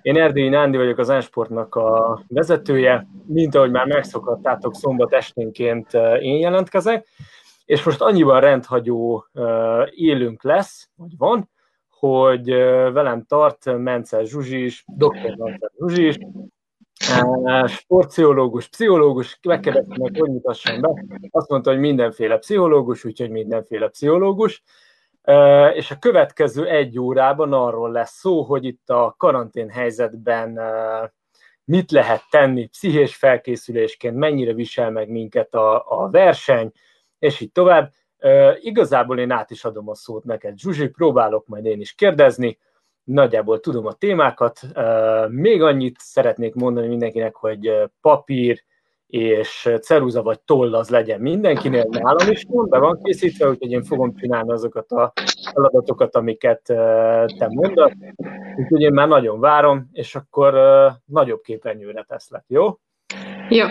Én Erdélyi Nándi vagyok, az N-Sportnak a vezetője. Mint ahogy már megszokhattátok, szombat esténként én jelentkezek, és most annyiban rendhagyó élünk lesz, vagy van, hogy velem tart Mencer Zsuzsi is, dr. Mencer Zsuzsi is, sportpszichológus, pszichológus, megkérdeztem meg, hogy mutassam be. Azt mondta, hogy mindenféle pszichológus, úgyhogy mindenféle pszichológus. És a következő egy órában arról lesz szó, hogy itt a karantén helyzetben mit lehet tenni pszichés felkészülésként, mennyire visel meg minket a verseny, és így tovább. Igazából én át is adom a szót neked, Zsuzsi, próbálok majd én is kérdezni, nagyjából tudom a témákat. Még annyit szeretnék mondani mindenkinek, hogy papír és ceruza vagy toll az legyen mindenkinél, nálam is van, be van készítve, úgyhogy én fogom csinálni azokat a feladatokat, amiket te mondasz. Úgyhogy én már nagyon várom, és akkor nagyobb képernyőre teszlek, jó? Jó.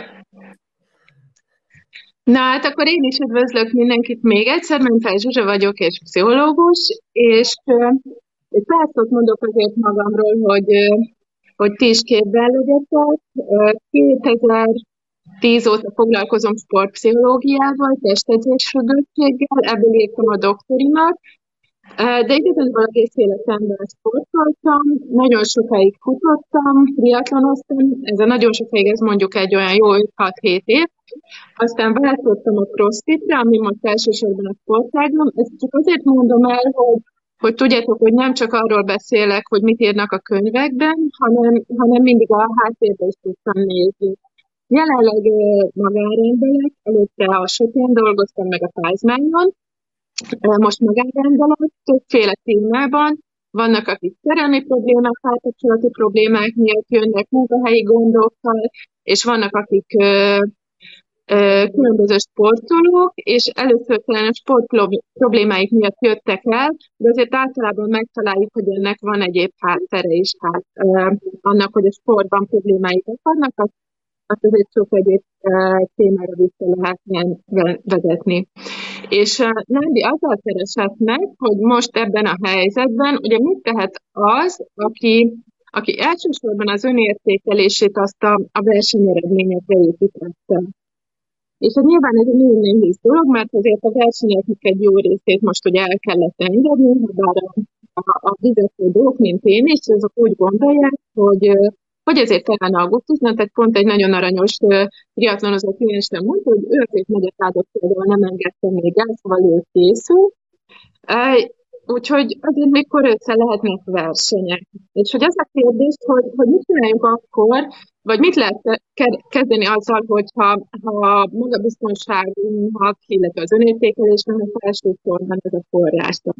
Na hát akkor én is üdvözlök mindenkit még egyszer, Menfej Zsuzsa vagyok, és pszichológus, és egy pár szót mondok azért magamról, hogy ti is képben legyetek. 2010 óta foglalkozom sportpszichológiával, testedzésfüggőséggel, ebből írtam a doktorimat, de igazából egész életemben sportoltam, nagyon sokáig futottam, triatlonoztam, ez a nagyon sokáig, ez mondjuk egy olyan jó 5-6-7 év, aztán váltottam a crossfitre, ami most elsősorban a sportágam. Ezt csak azért mondom el, hogy tudjátok, hogy nem csak arról beszélek, hogy mit írnak a könyvekben, hanem mindig a háttérbe is tudtam nézni. Jelenleg magánrendelek, előtte a Sötén dolgoztam meg a Pázmányon, most magánrendelek, többféle témában. Vannak, akik szerelmi problémák, párkapcsolati problémák miatt jönnek, munkahelyi gondokkal, és vannak, akik különböző sportolók, és először talán a sport problémáik miatt jöttek el, de azért általában megtaláljuk, hogy ennek van egyéb háttere is. Hát, annak, hogy a sportban problémáik vannak, azt azért sok egyéb témára vissza lehetne vezetni. És Nándi azzal keresett meg, hogy most ebben a helyzetben, ugye mit tehet az, aki elsősorban az önértékelését azt a versenyeredményekre építette. És hát nyilván ez egy nagyon nehéz dolog, mert azért a versenyeknek egy jó részét most ugye el kellett engedni, bár a vezetődők, mint én is, azok úgy gondolják, hogy ezért talán augusztusban, tehát pont egy nagyon aranyos triatlonozó kliensem mondta, hogy ő azért Megyeszádot például nem engedte még el, szóval ő készül. Úgyhogy azért még össze lehetnek versenyek. És hogy az a kérdés, hogy mit csináljunk akkor, vagy mit lehet kezdeni azzal, hogyha magabiztonságunknak, illetve az önértékelésnek elsősorban ez a forrása.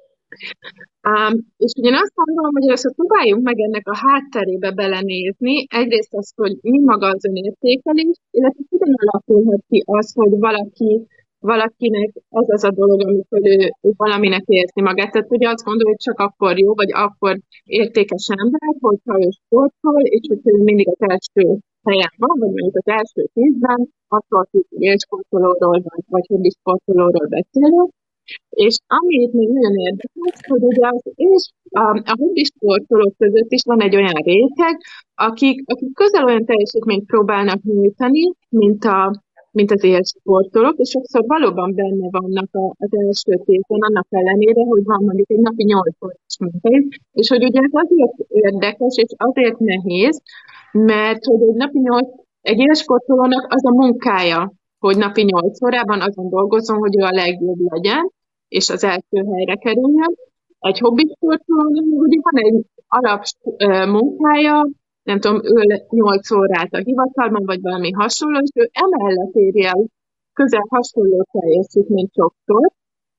És ugye én azt mondom, hogy először próbáljunk meg ennek a hátterébe belenézni. Egyrészt az, hogy mi maga az önértékelés, illetve hogyan alakulhat ki az, hogy valakinek ez az a dolog, amikor ő valaminek érzi magát. Tehát ugye azt gondolja, hogy csak akkor jó, vagy akkor értékes ember, hogyha ő sportol, és hogyha ő mindig az első helyen van, vagy mondjuk az első 10-ben, attól függ, hogy élsportolóról vagy hobbi sportolóról beszélünk. És ami itt még nagyon érdekes, hogy ugye a hobbi sportolók között is van egy olyan réteg, akik közel olyan teljesítményt próbálnak nyújtani, mint az élsportolók, és sokszor valóban benne vannak az első téten, annak ellenére, hogy van mondjuk egy napi 8 órás munkájuk, és hogy ugye ez azért érdekes, és azért nehéz, mert hogy egy élsportolónak az a munkája, hogy napi 8 órában azon dolgozzon, hogy ő a legjobb legyen, és az első helyre kerüljön. Egy hobbisportolónak ugye van egy alap munkája, nem tudom, ő 8 órát a hivatalban, vagy valami hasonló, és ő emellett éri el közel hasonló teljesítményt sokszor,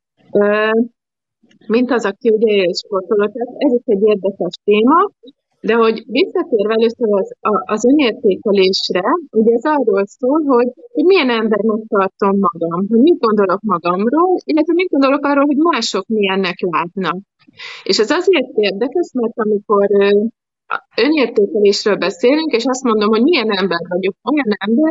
mint az, aki ugye élsportoló. Tehát ez is egy érdekes téma, de hogy visszatérve először az önértékelésre, ugye ez arról szól, hogy milyen embernek tartom magam, hogy mit gondolok magamról, illetve mit gondolok arról, hogy mások milyennek látnak. És ez azért érdekes, mert amikor önértékelésről beszélünk, és azt mondom, hogy milyen ember vagyok, olyan ember,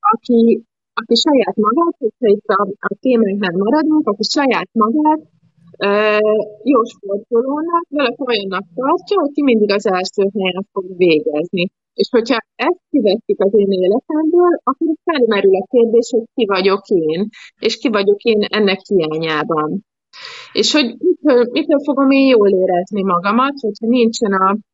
aki saját magát, hogyha itt a témánknál maradunk, aki saját magát jó sportolónak, valaki olyannak tartja, aki mindig az első helyen fog végezni. És hogyha ezt kiveszik az én életemből, akkor felmerül a kérdés, hogy ki vagyok én, és ki vagyok én ennek hiányában. És hogy mitől fogom én jól érezni magamat, hogyha nincsen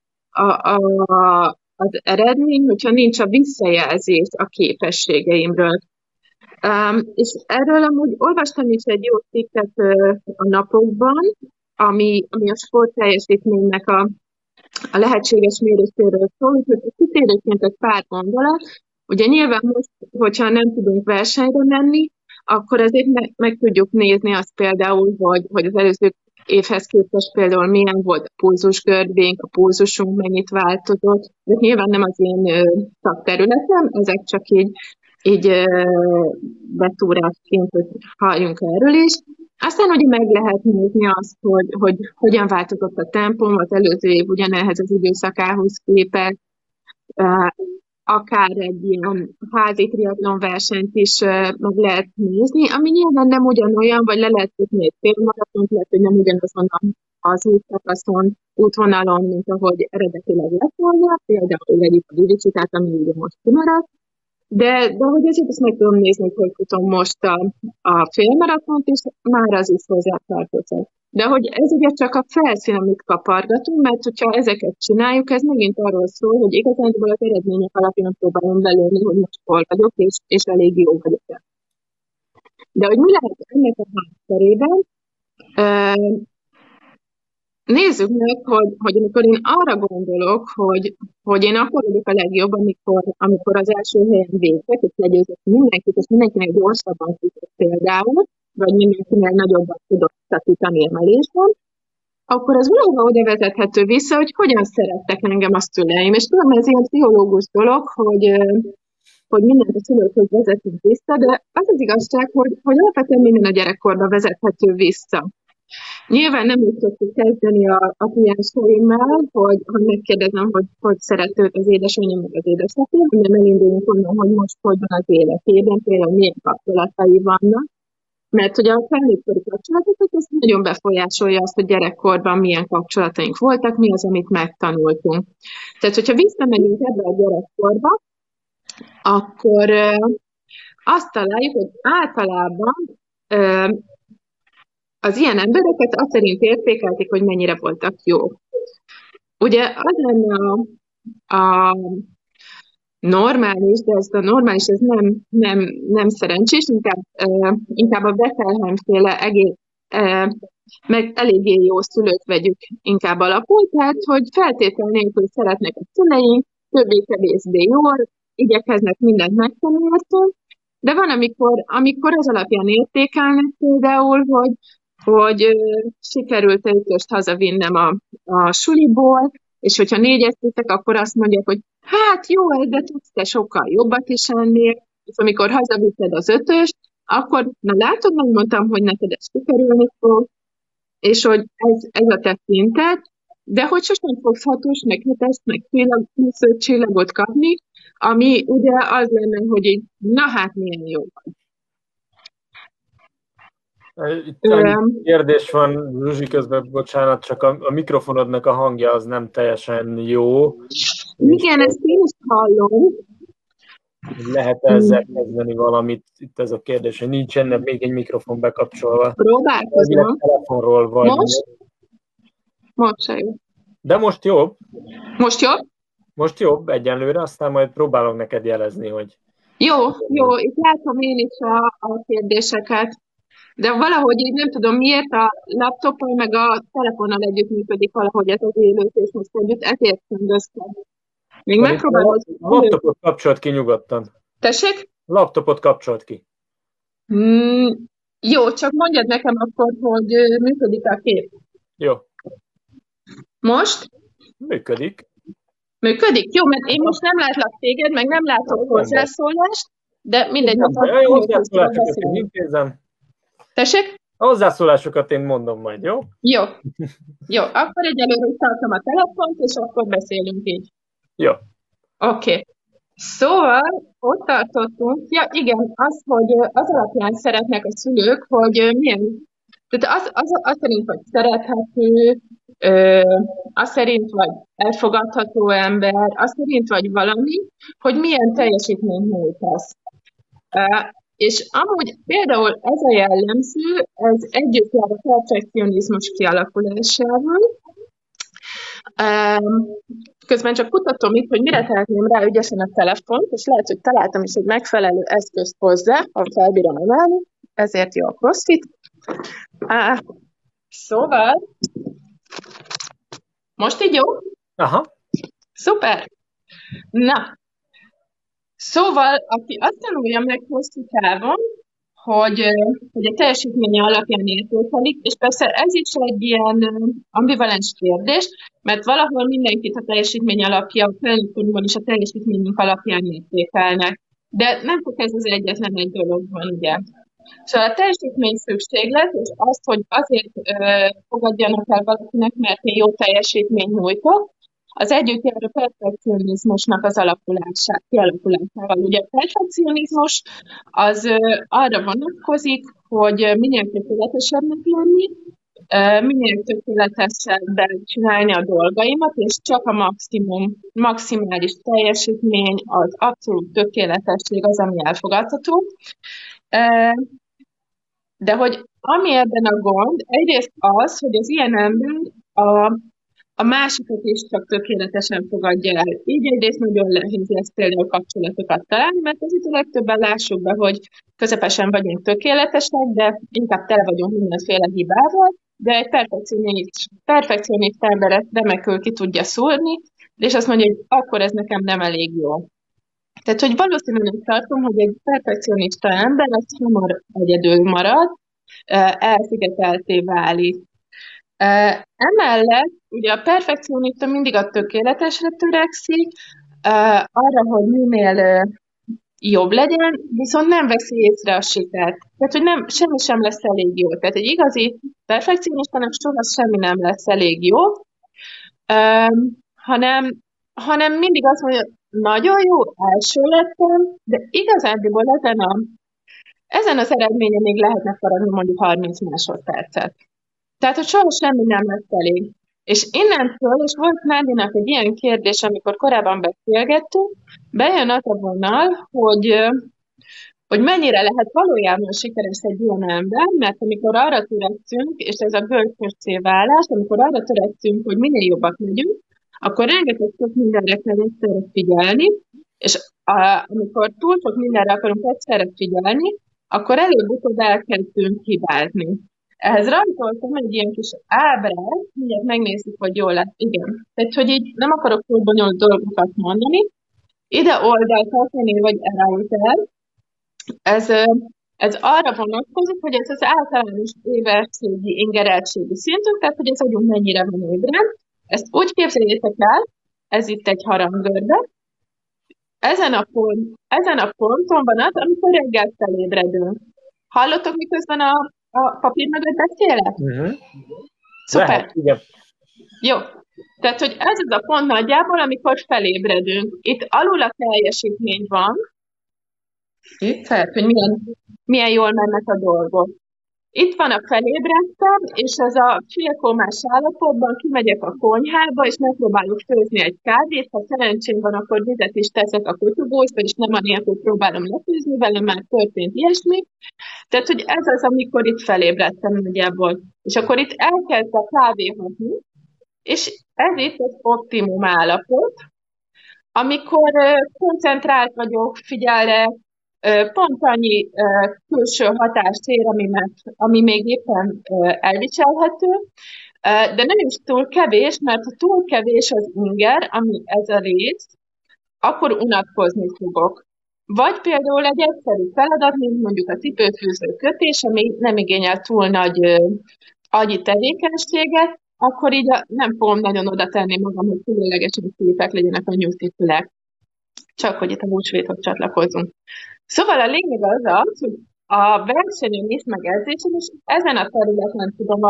az eredmény, hogyha nincs a visszajelzés a képességeimről. És erről amúgy olvastam is egy jó cikket a napokban, ami a sport teljesítménynek a lehetséges méréséről szól, úgyhogy kitérőként egy pár gondolat. Ugye nyilván most, hogyha nem tudunk versenyre menni, akkor azért meg tudjuk nézni azt például, hogy az előző évhez képest például milyen volt a pulzusgörbénk, a pulzusunk mennyit változott, de nyilván nem az én szakterületem, ezek csak így betúrásként, hogy halljunk erről is. Aztán ugye meg lehet nézni azt, hogy hogyan változott a tempom az előző év ugyanehhez az időszakához képest, akár egy ilyen házi triatlon versenyt is meg lehet nézni, ami nyilván nem ugyanolyan, vagy le lehet tudni egy félmaratont, lehet, hogy nem ugyanazon az útvonalon, mint ahogy eredetileg lett volna, például vegyük a Divicitát, ami ugye most kimaradt, de hogy ezért ezt meg tudom nézni, hogy futom most a félmaratont, és már az is hozzátartozik. De hogy ez ugye csak a felszín, amit kapargatunk, mert hogyha ezeket csináljuk, ez megint arról szól, hogy igazából az eredmények alapján próbálom belőni, hogy most hol vagyok, és elég jó vagyok. De hogy mi lehet ennek a hátterében, nézzük meg, hogy amikor én arra gondolok, hogy én akkor vagyok a legjobb, amikor az első helyen végzek, és legyőzök mindenkit, és mindenkinek gyorsabban futok például, vagy mindenkinek nagyobbat tudok szakítani emelésben, akkor az valahol oda vezethető vissza, hogy hogyan szerettek engem a szüleim. És tudom, ez ilyen pszichológus dolog, hogy mindent a szülőkhöz vezetünk vissza, de az az igazság, hogy alapvetően minden a gyerekkorba vezethető vissza. Nyilván nem úgy szoktuk kezdeni a klienseimmel, hogy megkérdezem, hogy szeret őt az édesanyja, meg az édesapja, hanem elindulunk onnan, hogy most hogy van az életében, például milyen kapcsolatai vannak, mert hogy a felnőttkori kapcsolatokat ez nagyon befolyásolja azt, hogy gyerekkorban milyen kapcsolataink voltak, mi az, amit megtanultunk. Tehát, hogyha visszamegyünk ebbe a gyerekkorba, akkor azt találjuk, hogy általában az ilyen embereket azt szerint értékelték, hogy mennyire voltak jók. Ugye az lenne a normális, de ez a normális, ez nem szerencsés, inkább a Bettelheim-féle meg eléggé jó szülőt vegyük inkább alapul, tehát, hogy feltétel nélkül szeretnek a szüleink, többé-kevésbé jól, igyekeznek mindent megtenni értünk, de van, amikor az alapján értékelnek például, hogy sikerült ötöst hazavinnem a suliból, és hogyha 4-et viszek, akkor azt mondják, hogy hát jó, de tudsz te sokkal jobbat is ennél, és amikor hazavitted az 5-öst, akkor, na látod, megmondtam, hogy neked ez sikerülni fog, és hogy ez a te szinted, de hogy sosem fogsz 6-os, meg 7-est, meg 5 csillagot kapni, ami ugye az lenne, hogy így, na hát milyen jó vagy. Itt egy kérdés van, Zsuzsi, közben, bocsánat, csak a mikrofonodnak a hangja az nem teljesen jó. Igen, ezt én is hallom. Lehet ezzel kezdeni valamit, itt ez a kérdés, hogy nincsen még egy mikrofon bekapcsolva. Próbálkozom. Telefonról vagy. Most? Most se jó. De most jobb. Most jobb? Most jobb egyenlőre, aztán majd próbálok neked jelezni, hogy... Jó, itt látom én is a kérdéseket. De valahogy így nem tudom miért a laptoppal meg a telefonnal együtt működik valahogy ez az élőtés most együtt, ezért szöndöztem. Még megpróbálom. A laptopot kapcsolt ki nyugodtan. Tessék? Laptopot kapcsolt ki. Jó, csak mondjad nekem akkor, hogy működik a kép. Jó. Most? Működik. Működik? Jó, mert én most nem látlak téged, meg nem látok hozzászólást, de mindegy. Jó, hozzászólásokat én intézem. Tessék? A hozzászólásokat én mondom majd, jó? Jó, akkor egyelőre tartom a telefont, és akkor beszélünk így. Jó. Oké. Szóval ott tartottunk, ja igen, az, hogy az alapján szeretnek a szülők, hogy milyen Tehát az szerint, hogy szerethető, ö, az szerint, vagy elfogadható ember, az szerint, vagy valami, hogy milyen teljesítményt nyújtasz. És amúgy például ez a jellemző, ez együtt jár a perfekcionizmus kialakulásával. Közben csak kutatom itt, hogy mire tehetném rá ügyesen a telefont, és lehet, hogy találtam is egy megfelelő eszközt hozzá, ha felbírom emelni, ezért jó a CrossFit. Szóval, most így jó? Aha. Szuper! Na, szóval, aki azt tanulja meg hosszú távon, hogy a teljesítménye alapján értékelik, és persze ez is egy ilyen ambivalens kérdés, mert valahol mindenkit a teljesítmény alapja, a felnőttkorban is a teljesítményünk alapján értékelnek. De nem csak ez az egyetlen egy dolog van, ugye. Szóval a teljesítmény szükséglet, és azt, hogy azért fogadjanak el valakinek, mert én jó teljesítményt nyújtok, az együtt jár a perfekcionizmusnak az kialakulásával. Ugye a perfekcionizmus az arra vonatkozik, hogy minél tökéletesebbnek lenni, minél tökéletesebben csinálni a dolgaimat, és csak a maximális teljesítmény, az abszolút tökéletesség az, ami elfogadható. De hogy ami ebben a gond, egyrészt az, hogy az ilyen ember a másikat is csak tökéletesen fogadja el. Így egyrészt nagyon nehéz lesz például kapcsolatokat találni, mert az itt a legtöbben lássuk be, hogy közepesen vagyunk tökéletesek, de inkább tele vagyunk mindenféle hibával, de egy perfekcionista emberet remekül ki tudja szúrni, és azt mondja, hogy akkor ez nekem nem elég jó. Tehát, hogy valószínűleg tartom, hogy egy perfekcionista ember az hamar egyedül marad, elszigetelté válik. Emellett ugye a perfekcionista mindig a tökéletesre törekszik, arra, hogy minél jobb legyen, viszont nem veszi észre a sikert. Tehát, hogy semmi sem lesz elég jó. Tehát egy igazi perfekcionistának soha semmi nem lesz elég jó, hanem mindig azt mondja, nagyon jó, első lettem, de igazándiból ezen az eredményen még lehetne faragni mondjuk 30 másodpercet. Tehát, hogy soha semmi nem lesz elég. És innentől, és volt Nádinak egy ilyen kérdés, amikor korábban beszélgettünk, bejön az a vonal, hogy mennyire lehet valójában sikeres egy ilyen ember, mert amikor arra törekszünk, és ez a bölcsössé válás, amikor arra törekszünk, hogy minél jobbak legyünk, akkor rengeteg sok mindenre kell egyszerre figyelni, és amikor túl sok mindenre akarunk egyszerre figyelni, akkor előbb-utóbb elkezdünk hibázni. Ehhez rajzoltam egy ilyen kis ábrát, mindjárt megnézzük, hogy jól lesz. Igen. Tehát, hogy így nem akarok túl bonyolult dolgokat mondani. Ide oldalt tenni, vagy router. Ez arra vonatkozik, hogy ez az általános éberségi, ingereltségi szintünk, tehát, hogy az agyunk mennyire van ébren. Ezt úgy képzeljétek el, ez itt egy harangörbe. Ezen a ponton van az, amikor reggel felébredünk. Hallottok, miközben a papír mögött beszélek? Szuper. Lehet, igen. Jó. Tehát, hogy ez az a pont nagyjából, amikor felébredünk. Itt alul a teljesítmény van. Itt, tehát, hogy milyen jól mennek a dolgok. Itt van a felébredtem, és ez a félkómás állapotban kimegyek a konyhába, és megpróbálok főzni egy kávét. Ha szerencsém van, akkor vizet is teszek a kutyugósba, és nem anélkül próbálom lefőzni vele, már történt ilyesmi. Tehát, hogy ez az, amikor itt felébredtem nagyjából. És akkor itt elkezd a kávé hatni, és ez itt az optimum állapot, amikor koncentrált vagyok, figyelek, pont annyi külső hatást ér, ami még éppen elviselhető, de nem is túl kevés, mert ha túl kevés az inger, ami ez a rész, akkor unatkozni fogok. Vagy például egy egyszerű feladat, mint mondjuk a cipőfűző kötés, ami nem igényel túl nagy agyi tevékenységet, akkor így nem fogom nagyon oda tenni magam, hogy különlegesen szépek legyenek a nyugtifülek. Csak hogy itt a húsvéthoz csatlakozunk. Szóval a lényeg az, hogy a versenyen is, meg edzésen is ezen a területen tudom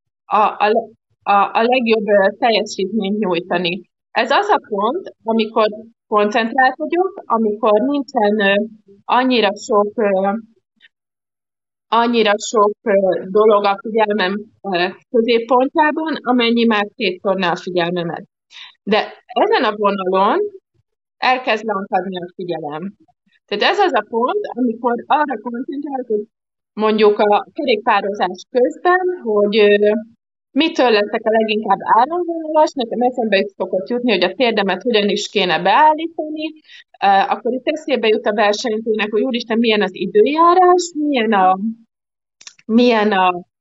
a legjobb teljesítményt nyújtani. Ez az a pont, amikor koncentrált vagyok, amikor nincsen annyira sok annyira sok dolog a figyelmem középpontjában, amennyi már szétszórná a figyelmemet. De ezen a vonalon elkezd lankadni a figyelem. Tehát ez az a pont, amikor arra koncentrálok, hogy mondjuk a kerékpározás közben, hogy mitől lettek a leginkább áramvonalas, nekem eszembe is szokott jutni, hogy a térdemet hogyan is kéne beállítani, akkor itt eszébe jut a versenyzőnek, hogy úristen, milyen az időjárás, milyen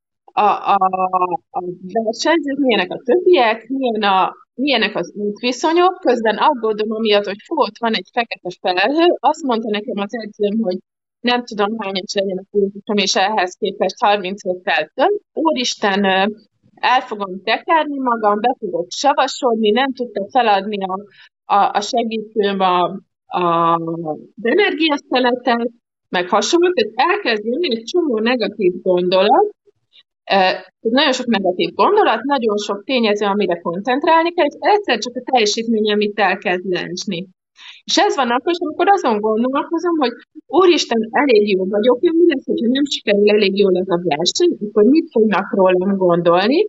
a versenyzők, milyenek a többiek, milyenek az útviszonyok, közben aggódom amiatt, hogy ott van egy fekete felhő, azt mondta nekem az edzőm, hogy nem tudom, hányas legyen a pulzusom, és ehhez képest 35-tel több. Úristen, el fogom tekerni magam, be fogok savasodni, nem tudta feladni a segítőm az energiaszeletet, meg hasonló, tehát elkezd jönni egy csomó negatív gondolat, nagyon sok negatív gondolat, nagyon sok tényező, amire koncentrálni kell, és egyszer csak a teljesítményem elkezd leesni. És ez van akkor, amikor azon gondolkozom, hogy úristen, elég jó vagyok, én mi lesz, hogyha nem sikerül elég jól ez a verseny, akkor mit fognak rólam gondolni,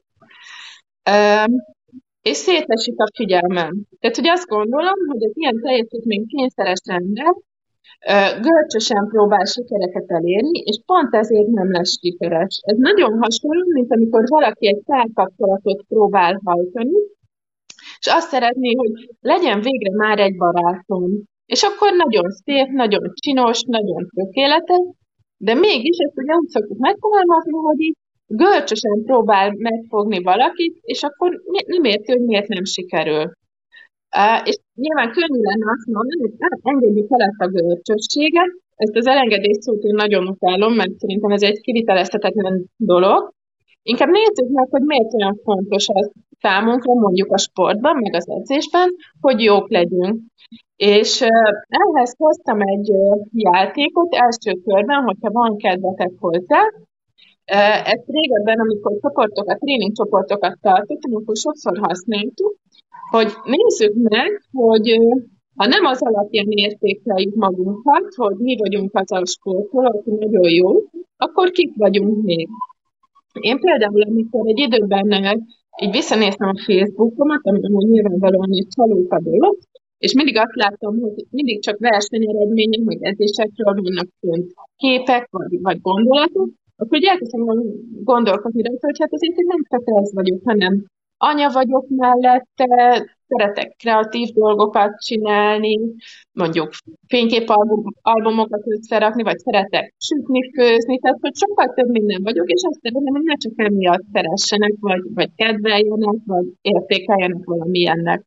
és szétesik a figyelmem. Tehát, hogy azt gondolom, hogy az ilyen teljesítmény kényszeres ember görcsösen próbál sikereket elérni, és pont ezért nem lesz sikeres. Ez nagyon hasonló, mint amikor valaki egy párkapcsolatot próbál hajtani, és azt szeretné, hogy legyen végre már egy barátom. És akkor nagyon szép, nagyon csinos, nagyon tökéletes, de mégis ezt ugye úgy szoktuk megfogalmazni, hogy így görcsösen próbál megfogni valakit, és akkor nem érti, hogy miért nem sikerül. És nyilván könnyű lenne azt mondani, hogy engedjük el ezt a görcsösséget. Ezt az elengedés szót én nagyon utálom, mert szerintem ez egy kivitelezhetetlen dolog. Inkább nézzük meg, hogy miért olyan fontos az számunkra, mondjuk a sportban, meg az edzésben, hogy jók legyünk. És ehhez hoztam egy játékot első körben, hogyha van kedvetek hozzá. Ezt régebben, amikor tréningcsoportokat tartottam, akkor sokszor használtuk, hogy nézzük meg, hogy ha nem az alapján értékeljük magunkat, hogy mi vagyunk az a sportoló, aki nagyon jó, akkor kik vagyunk még. Én például, amikor egy időben így visszanéztem a Facebookomat, ami amúgy nyilvánvalóan egy csalóka dolog, és mindig azt láttam, hogy mindig csak versenyeredmények, meg edzésekről vannak fönt képek, vagy gondolatok, akkor ugye elkezdtem gondolkodni rajta, hogy hát azért én nem csak ez vagyok, hanem anya vagyok mellette, szeretek kreatív dolgokat csinálni, mondjuk fényképalbumokat összerakni, vagy szeretek sütni, főzni, tehát hogy sokkal több minden vagyok, és azt szeretném, hogy ne csak emiatt szeressenek, vagy kedveljenek, vagy értékeljenek valamilyennek.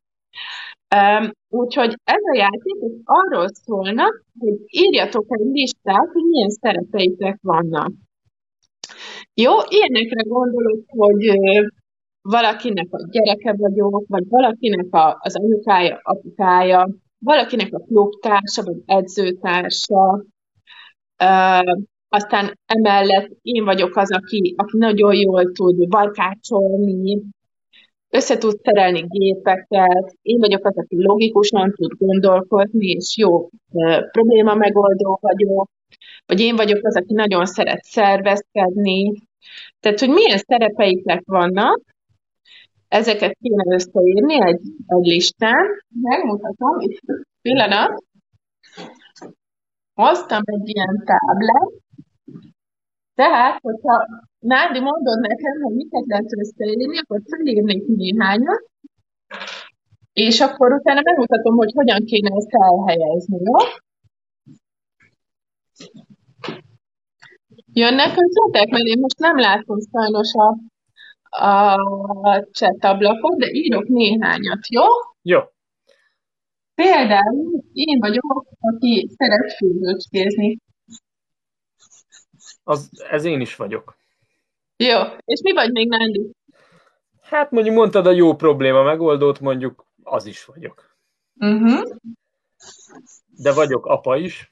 Úgyhogy ez a játék arról szólna, hogy írjatok egy listát, hogy milyen szerepeitek vannak. Jó, ilyenekre gondolok, hogy valakinek a gyereke vagyok, vagy valakinek az anyukája, apukája, valakinek a klubtársa, vagy edzőtársa. Aztán emellett én vagyok az, aki nagyon jól tud barkácsolni, össze tud szerelni gépeket, én vagyok az, aki logikusan tud gondolkodni, és jó probléma megoldó vagyok, vagy én vagyok az, aki nagyon szeret szervezkedni. Tehát, hogy milyen szerepeiknek vannak, ezeket kéne összeírni egy listán. Megmutatom, itt pillanat. Hoztam egy ilyen táblát. Tehát, hogyha Nádi mondod nekem, hogy miket lehet összeírni, akkor felírnék néhányat, és akkor utána megmutatom, hogy hogyan kéne ezt elhelyezni, jó? Jönnek ötletek? Mert én most nem látom sajnos a chat ablakot, de írok néhányat, jó? Jó. Például én vagyok, aki szeret főzőcskézni. Ez én is vagyok. Jó, és mi vagy még, Nándi? Hát mondjuk mondtad a jó probléma megoldót, mondjuk az is vagyok. De vagyok apa is.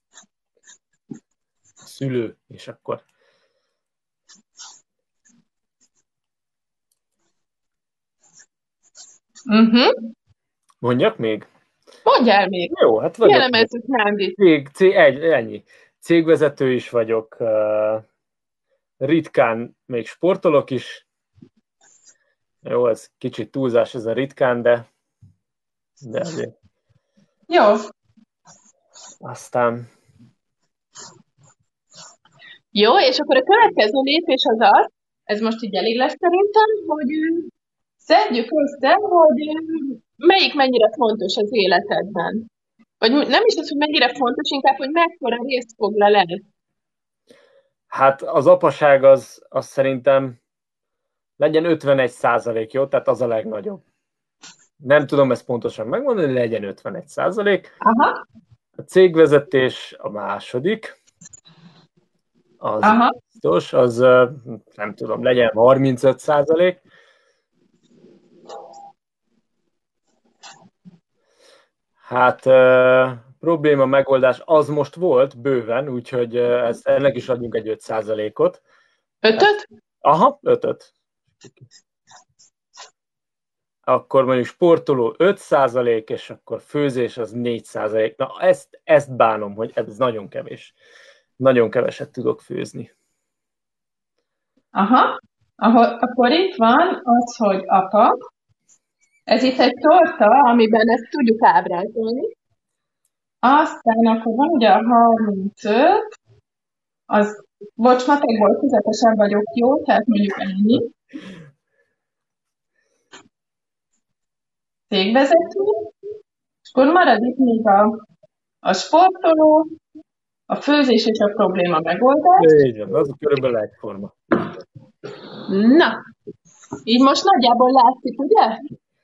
Szülő, és akkor... Mondjak még? Mondjál még. Jó, hát vagyok. Jellemezzük Nándit. Ennyi. Cégvezető is vagyok, ritkán még sportolok is. Jó, ez kicsit túlzás ez a ritkán, de azért. Jó. Aztán... Jó, és akkor a következő lépés az, ez most így elég lesz szerintem, hogy szedjük össze, hogy melyik mennyire fontos az életedben. Vagy nem is az, hogy mennyire fontos, inkább, hogy mekkora részt foglal el. Hát az apaság az szerintem legyen 51%, jó? Tehát az a legnagyobb. Nem tudom ezt pontosan megmondani, legyen 51%. Aha. A cégvezetés a második. Az biztos, az nem tudom, legyen 35%. Hát probléma megoldás az most volt bőven, úgyhogy ennek is adjunk egy 5%-ot. 5-öt? Aha, 5-öt. Akkor mondjuk sportoló 5%, és akkor főzés az 4%. Na, ezt bánom, hogy ez nagyon kevés. Nagyon keveset tudok főzni. Aha. Akkor itt van az, hogy apa. Ez itt egy torta, amiben ezt tudjuk ábrázolni. Aztán akkor van ugye a 35, az, bocs, matekból fizetesen vagyok jó, tehát mondjuk ennyi. Cégvezető, és akkor marad itt még a sportoló, a főzés és a probléma megoldás. Így van, az körülbelül egyforma. Na, így most nagyjából látszik, ugye?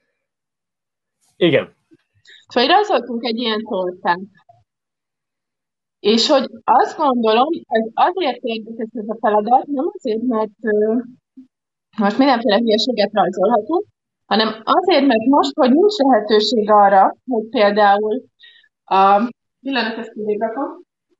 Igen. Szóval rajzoltunk egy ilyen tortát. És hogy azt gondolom, ez azért érdekes ez a feladat, nem azért, mert most mindenféle hülyeséget rajzolhatunk, hanem azért, mert most, hogy nincs lehetőség arra, hogy például pillanat, ezt rakom,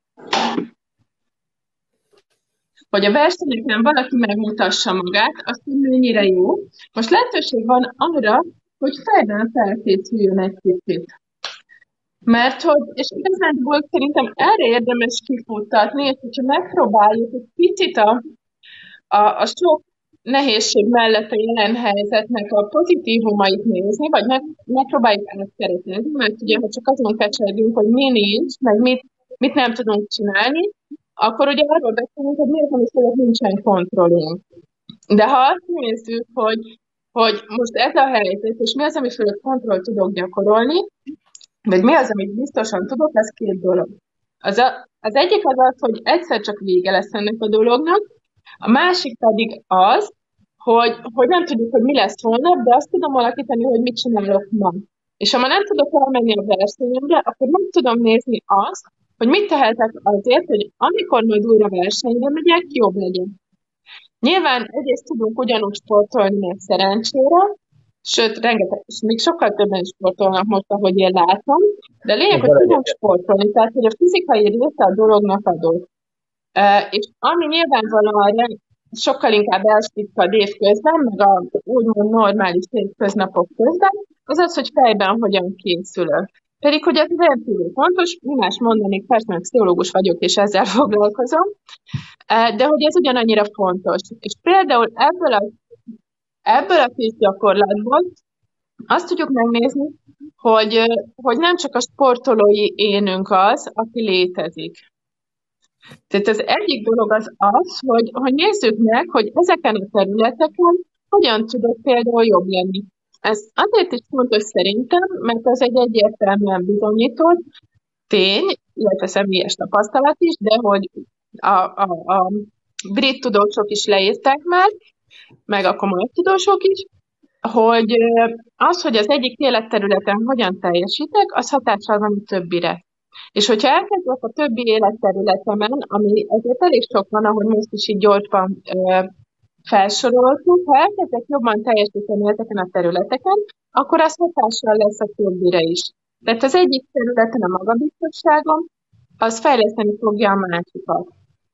hogy a versenyeken valaki megmutassa magát, azt, hogy mennyire jó. Most lehetőség van arra, hogy fejben felkészüljön egy kicsit. Mert hogy, és igazából szerintem erre érdemes kifuttatni, és hogyha megpróbáljuk egy picit a sok nehézség mellett a jelen helyzetnek a pozitívumait nézni, vagy megpróbáljuk átkeretezni, mert ugye, ha csak azon kecsegünk, hogy mi nincs, meg mit nem tudunk csinálni, akkor ugye arról beszélünk, hogy miért van is, hogy nincsen kontrollunk. De ha azt nézzük, hogy most ez a helyzet, és mi az, ami fölött kontrollt tudok gyakorolni, vagy mi az, amit biztosan tudok, az két dolog. Az egyik az, hogy egyszer csak vége lesz ennek a dolognak, a másik pedig az, hogy nem tudjuk, hogy mi lesz holnap, de azt tudom alakítani, hogy mit csinálok ma. És ha ma nem tudok elmenni a versenyemre, akkor nem tudom nézni azt, hogy mit tehetek azért, hogy amikor majd újra versenyre megyek, jobb legyen. Nyilván egyrészt tudunk ugyanúgy sportolni, meg szerencsére, sőt, rengeteg, és még sokkal többen sportolnak most, ahogy én látom, de lényeg, hogy tudunk sportolni, tehát hogy a fizikai része a dolognak adott. És ami nyilvánvalóan sokkal inkább elsikkad évközben, meg a úgymond normális hétköznapok közben, az az, hogy fejben hogyan készülök. Pedig, hogy ez rendkívül fontos, mi más mondani, persze, meg pszichológus vagyok, és ezzel foglalkozom, de hogy ez ugyanannyira fontos. És például ebből a kis gyakorlatból azt tudjuk megnézni, hogy nem csak a sportolói énünk az, aki létezik. Tehát az egyik dolog az, hogy nézzük meg, hogy ezeken a területeken hogyan tudok például jobb lenni. Ez azért is fontos szerintem, mert az egy egyértelműen bizonyított tény, illetve személyes tapasztalat is, de hogy a brit tudósok is leírták már, meg a komoly tudósok is, hogy az, hogy az egyik életterületen hogyan teljesítek, az hatással van a többire. És hogyha elkezdek a többi életterületemen, ami azért elég sok van, ahogy most is így gyorsan felsoroltuk, ha elkezdek jobban teljesíteni ezeken a területeken, akkor az hatással lesz a többire is. Tehát az egyik területen a magabiztosságom, az fejleszteni fogja a másikat.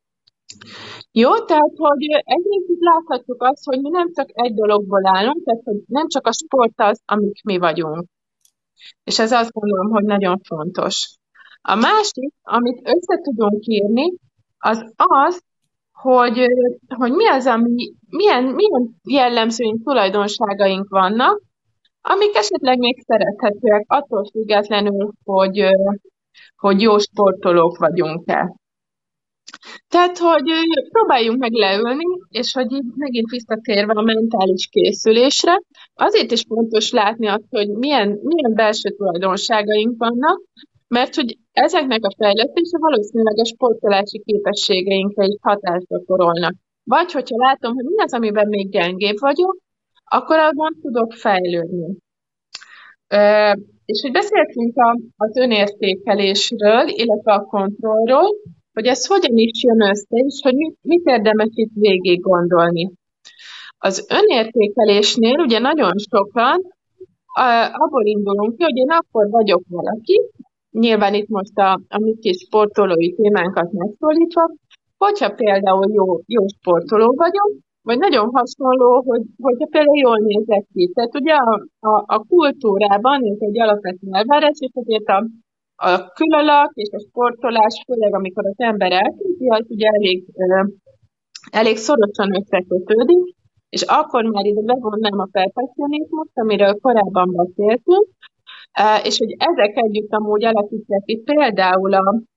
Jó, tehát, hogy egyrészt láthatjuk azt, hogy mi nem csak egy dologból állunk, tehát, hogy nem csak a sport az, amik mi vagyunk. És ez azt gondolom, hogy nagyon fontos. A másik, amit össze tudunk írni, az, hogy, hogy mi az, milyen jellemzőink, tulajdonságaink vannak, amik esetleg még szerethetőek, attól függetlenül, hogy jó sportolók vagyunk-e. Tehát, hogy próbáljunk meg leülni, és hogy így megint visszatérve a mentális készülésre, azért is fontos látni azt, hogy milyen belső tulajdonságaink vannak, mert hogy ezeknek a fejlesztése valószínűleg a sportolási képességeinkre is hatást gyakorolnak. Vagy hogyha látom, hogy mi az, amiben még gyengébb vagyok, akkor abban tudok fejlődni. És hogy beszéltünk az önértékelésről, illetve a kontrollról, hogy ez hogyan is jön össze, és hogy mit érdemes itt végig gondolni. Az önértékelésnél ugye nagyon sokan abból indulunk ki, hogy én akkor vagyok valaki, nyilván itt most a mi kis sportolói témánkat megszólítva, hogyha például jó sportoló vagyok, vagy nagyon hasonló, hogyha például jól nézek ki. Tehát ugye a kultúrában ez egy alapvető elvárás, és azért a külalak és a sportolás, főleg amikor az ember elkezdi, az ugye elég szorosan összekötődik, és akkor már ide bevonnám a perfekcionizmust, amiről korábban beszéltünk, és hogy ezek együtt amúgy alakítják itt például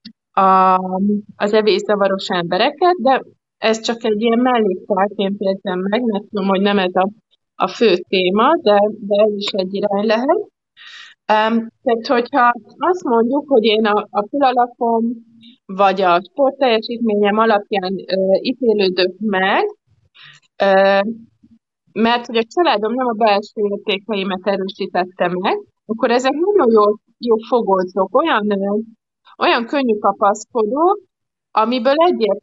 az evészavaros embereket, de ez csak egy ilyen mellékszálként érzem meg, mert tudom, hogy nem ez a fő téma, de ez is egy irány lehet. Tehát, hogyha azt mondjuk, hogy én a pillanatom vagy a sportteljesítményem alapján ítélődök meg, mert hogy a családom nem a belső értékeimet erősítette meg, akkor ezek nagyon jó fogódzók, olyan könnyű kapaszkodó, amiből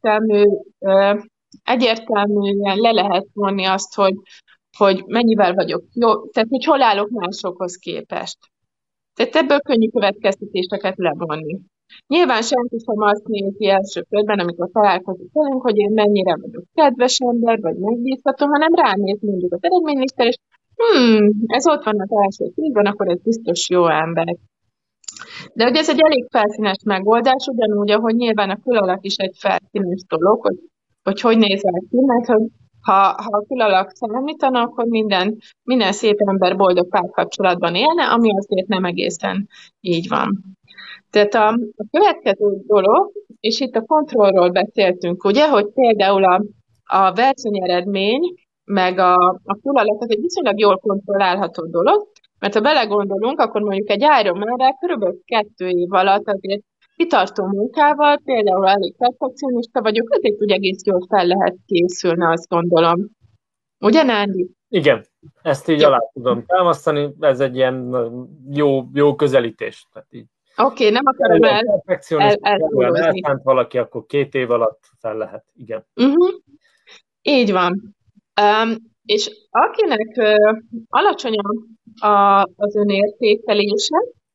egyértelműen le lehet vonni azt, hogy mennyivel vagyok jó, tehát hogy hol állok másokhoz képest. Tehát ebből könnyű következtetéseket levonni. Nyilván senki sem azt nézi első körben, amikor találkozik velünk, hogy én mennyire vagyok kedves ember, vagy megbízható, hanem ránéz mondjuk az eredménylista, és ez ott van az első 10-ben, akkor ez biztos jó ember. De ugye ez egy elég felszínes megoldás, ugyanúgy, ahogy nyilván a külalak is egy felszínes dolog, hogy nézel ki, mert hogy ha a külalak számítana, akkor minden szép ember boldog párkapcsolatban élne, ami azért nem egészen így van. Tehát a következő dolog, és itt a kontrollról beszéltünk, ugye, hogy például a versenyeredmény, meg a külalak, az egy viszonylag jól kontrollálható dolog, mert ha belegondolunk, akkor mondjuk egy Ironman-re körülbelül 2 év alatt azért kitartó munkával, például elég perfekcionista vagyok, azért úgy egész jól fel lehet készülni, azt gondolom. Ugye, Nándi? Igen, ezt így alá tudom támasztani, ez egy ilyen jó közelítés. Oké, nem akarom eltúlozni. Valaki, akkor 2 év alatt fel lehet, igen. Így van. És akinek alacsonyabb az önértékelése,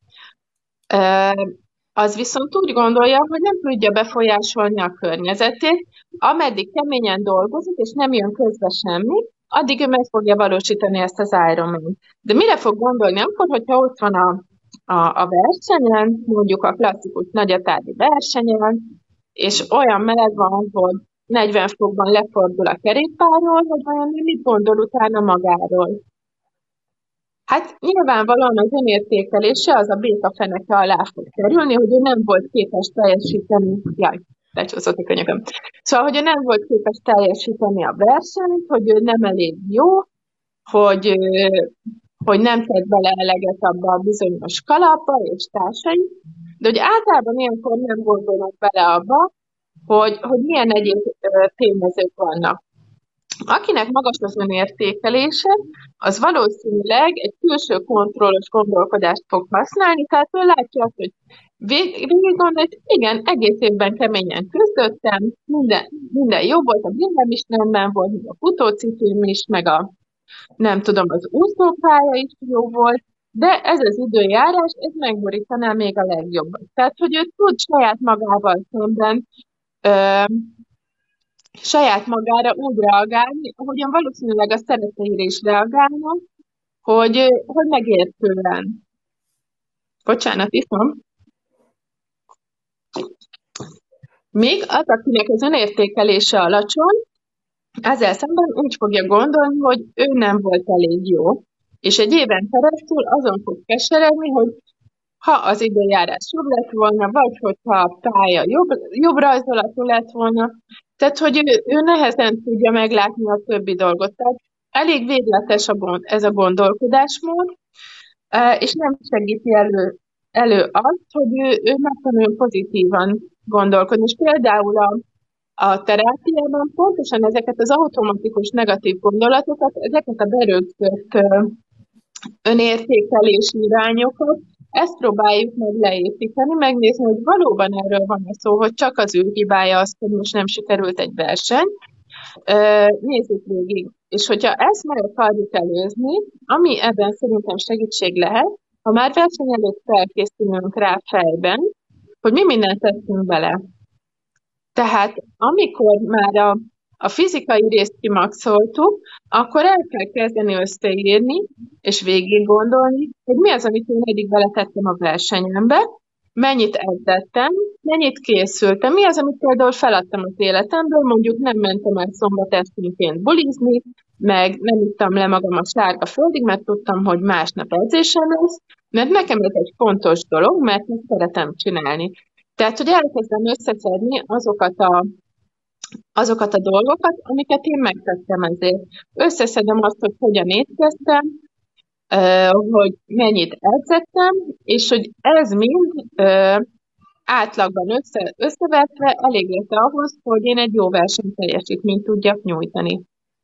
az viszont úgy gondolja, hogy nem tudja befolyásolni a környezetét, ameddig keményen dolgozik, és nem jön közbe semmi, addig ő meg fogja valósítani ezt az Ironman. De mire fog gondolni akkor, hogyha ott van a versenyen, mondjuk a klasszikus nagyatádi versenyen, és olyan meleg van, hogy 40 fokban lefordul a kerékpárról, hogy vajon mit gondol utána magáról. Hát nyilvánvalóan az önértékelése az a békafeneke alá fog kerülni, hogy ő nem volt képes teljesíteni, lecsúszott a könyököm. Szóval, hogy ő nem volt képes teljesíteni a versenyt, hogy ő nem elég jó, hogy nem tett bele eleget abba a bizonyos kalapba és társai, de hogy általában ilyenkor nem gondolunk bele abba, hogy milyen egyéb tényezők vannak. Akinek magas az önértékelése, az valószínűleg egy külső kontrollos gondolkodást fog használni, tehát ő látja azt, hogy végig gondolja, hogy igen, egész évben keményen küzdöttem, minden jó volt, a bringám is rendben volt, meg a futócipőm is, meg nem tudom, az úszópálya is jó volt, de ez az időjárás, ez megborítaná még a legjobbat. Tehát, hogy ő tud saját magával szemben saját magára úgy reagálni, ahogyan valószínűleg a szeretteire is reagálnak, hogy megértően. Bocsánat, iszom. Míg az, akinek az önértékelése alacsony, ezzel szemben úgy fogja gondolni, hogy ő nem volt elég jó, és egy éven keresztül azon fog keseregni, hogy ha az időjárás jobb lett volna, vagy hogyha a pálya jobb rajzolatú lett volna, tehát hogy ő nehezen tudja meglátni a többi dolgot. Tehát elég végletes ez a gondolkodásmód, és nem segíti elő azt, hogy ő megtanuljon pozitívan gondolkodni. És például a terápiában pontosan ezeket az automatikus negatív gondolatokat, ezeket a berögzött önértékelési irányokat, ezt próbáljuk meg leépíteni, megnézni, hogy valóban erről van szó, hogy csak az ő hibája az, hogy most nem sikerült egy verseny. Nézzük végig. És hogyha ezt meg akarjuk előzni, ami ebben szerintem segítség lehet, ha már verseny előtt felkészülünk rá fejben, hogy mi mindent tettünk bele. Tehát amikor már a fizikai részt kimaxoltuk, akkor el kell kezdeni összeírni, és végig gondolni, hogy mi az, amit én eddig beletettem a versenyembe, mennyit edzettem, mennyit készültem, mi az, amit például feladtam az életemből, mondjuk nem mentem el szombat esténként bulizni, meg nem ittam le magam a sárga földig, mert tudtam, hogy másnap edzésem lesz, mert nekem ez egy fontos dolog, mert ezt szeretem csinálni. Tehát, hogy elkezdem összeszedni azokat a dolgokat, amiket én megtettem ezért. Összeszedem azt, hogy hogyan étkeztem, hogy mennyit edzettem, és hogy ez mind átlagban összevetve elég lesz ahhoz, hogy én egy jó versenyteljesítményt tudjak nyújtani.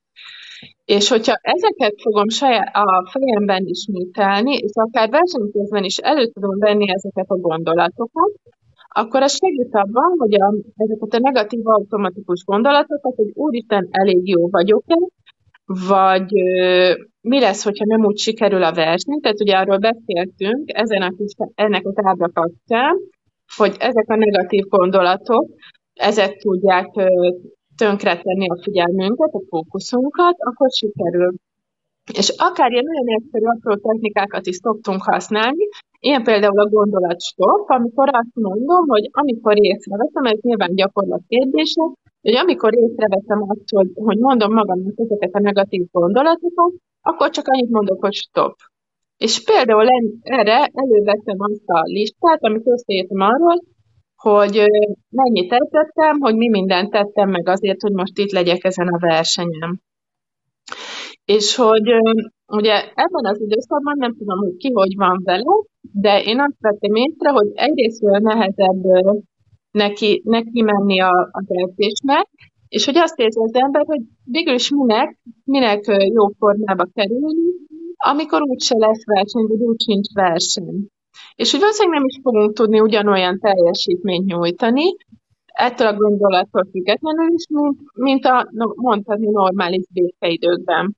És hogyha ezeket fogom a fejemben ismételni, és akár versenyközben is elő tudom venni ezeket a gondolatokat, akkor ez segít abban, hogy ezeket a negatív automatikus gondolatokat, hogy úristen, elég jó vagyok-e, vagy mi lesz, hogyha nem úgy sikerül a verseny. Tehát ugye arról beszéltünk ennek az ábra kapcsán, hogy ezek a negatív gondolatok, ezek tudják tönkretenni a figyelmünket, a fókuszunkat, akkor sikerül. És akár ilyen nagyon egyszerű apró technikákat is szoktunk használni, ilyen például a gondolatstopp, amikor azt mondom, hogy amikor észreveszem, ez nyilván gyakorlat kérdése, hogy amikor észreveszem azt, hogy mondom magamnak ezeket a negatív gondolatokat, akkor csak annyit mondok, hogy stop. És például erre előveszem azt a listát, amit összeírtam arról, hogy mennyit edzettem, hogy mi mindent tettem meg azért, hogy most itt legyek ezen a versenyen. És hogy ugye ebben az időszakban nem tudom, hogy ki hogy van vele, de én azt vettem észre, hogy egyrésztről nehezebb neki menni az edzésnek, és hogy azt érzi az ember, hogy végül is minek jó formába kerülni, amikor úgyse lesz verseny, vagy úgy sincs verseny. És hogy valószínűleg nem is fogunk tudni ugyanolyan teljesítményt nyújtani, ettől a gondolattól függetlenül is, mint mondhatni normális békeidőkben.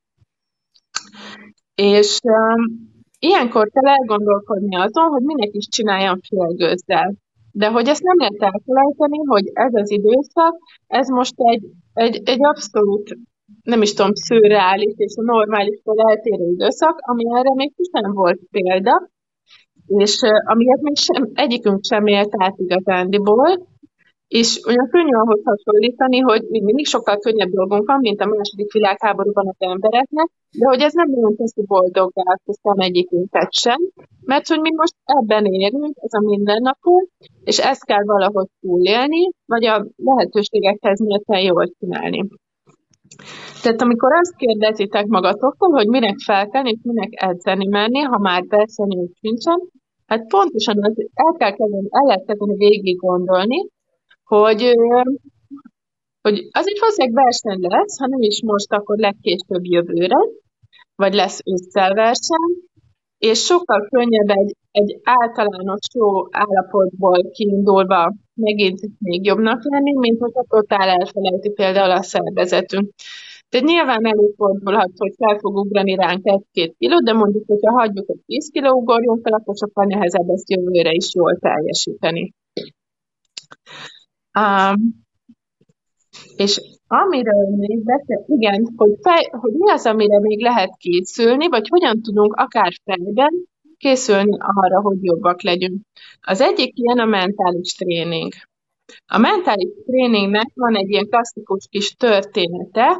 És ilyenkor kell elgondolkodni azon, hogy minek is csináljam félgőzzel. De hogy ezt nem lehet elfelejteni, hogy ez az időszak, ez most egy abszolút, nem is tudom, szürreális és a normálistól eltérő időszak, ami erre még nem volt példa, és amiért még egyikünk sem élt át igazándiból, és olyan könnyű ahhoz hasonlítani, hogy még mindig sokkal könnyebb dolgunk van, mint a második világháborúban az embereknek, de hogy ez nem nagyon teszi boldoggá, azt hiszem egyikünket sem, mert hogy mi most ebben élünk, ez a mindennapunk, és ezt kell valahogy túlélni, vagy a lehetőségekhez mérten jól csinálni. Tehát amikor azt kérdezitek magatoktól, hogy minek felkelni, és minek edzeni menni, ha már versenyünk sincsen, hát pontosan el lehet kezdeni végig gondolni, hogy azért valószínűleg verseny lesz, ha nem is most, akkor legkésőbb jövőre, vagy lesz ősszel verseny, és sokkal könnyebb egy általános jó állapotból kiindulva megint még jobbnak lenni, mint hogyha totál elfelejti például a szervezetünk. Tehát nyilván előfordulhat, hogy fel fog ugrani ránk 1-2 kiló, de mondjuk, hogyha hagyjuk, hogy 10 kiló ugorjon fel, akkor sokkal nehezebb ezt jövőre is jól teljesíteni. És amiről még beszél, igen, hogy mi az, amire még lehet készülni, vagy hogyan tudunk akár fejben készülni arra, hogy jobbak legyünk. Az egyik ilyen a mentális tréning. A mentális tréningnek van egy ilyen klasszikus kis története,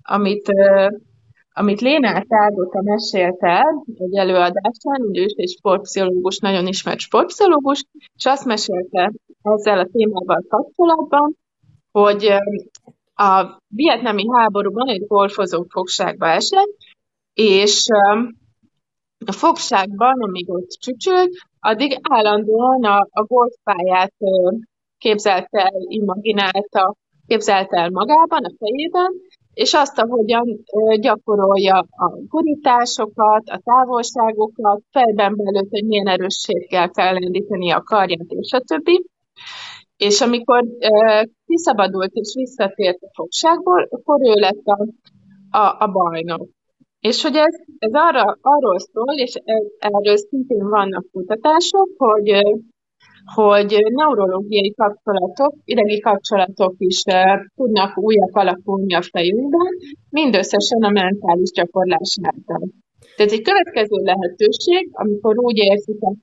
amit Lénár Ágota mesélt el egy előadásán, ugye ő is egy sportpszichológus, nagyon ismert sportpszichológus, és azt mesélte ezzel a témával kapcsolatban, hogy a vietnámi háborúban egy golfozó fogságba esett, és a fogságban, amíg ott csücsült, addig állandóan a golfpályát képzelt el magában, a fejében, és azt, ahogyan gyakorolja a gurításokat, a távolságokat, fejben belül, hogy milyen erősség kell fellendíteni a karját, és a többi. És amikor kiszabadult és visszatért a fogságból, akkor ő lett a bajnok. És hogy ez arról szól, és erről szintén vannak kutatások, hogy neurológiai kapcsolatok, idegi kapcsolatok is tudnak újak alakulni a fejünkben, mindösszesen a mentális gyakorlás által. Tehát egy következő lehetőség, amikor úgy érzitek,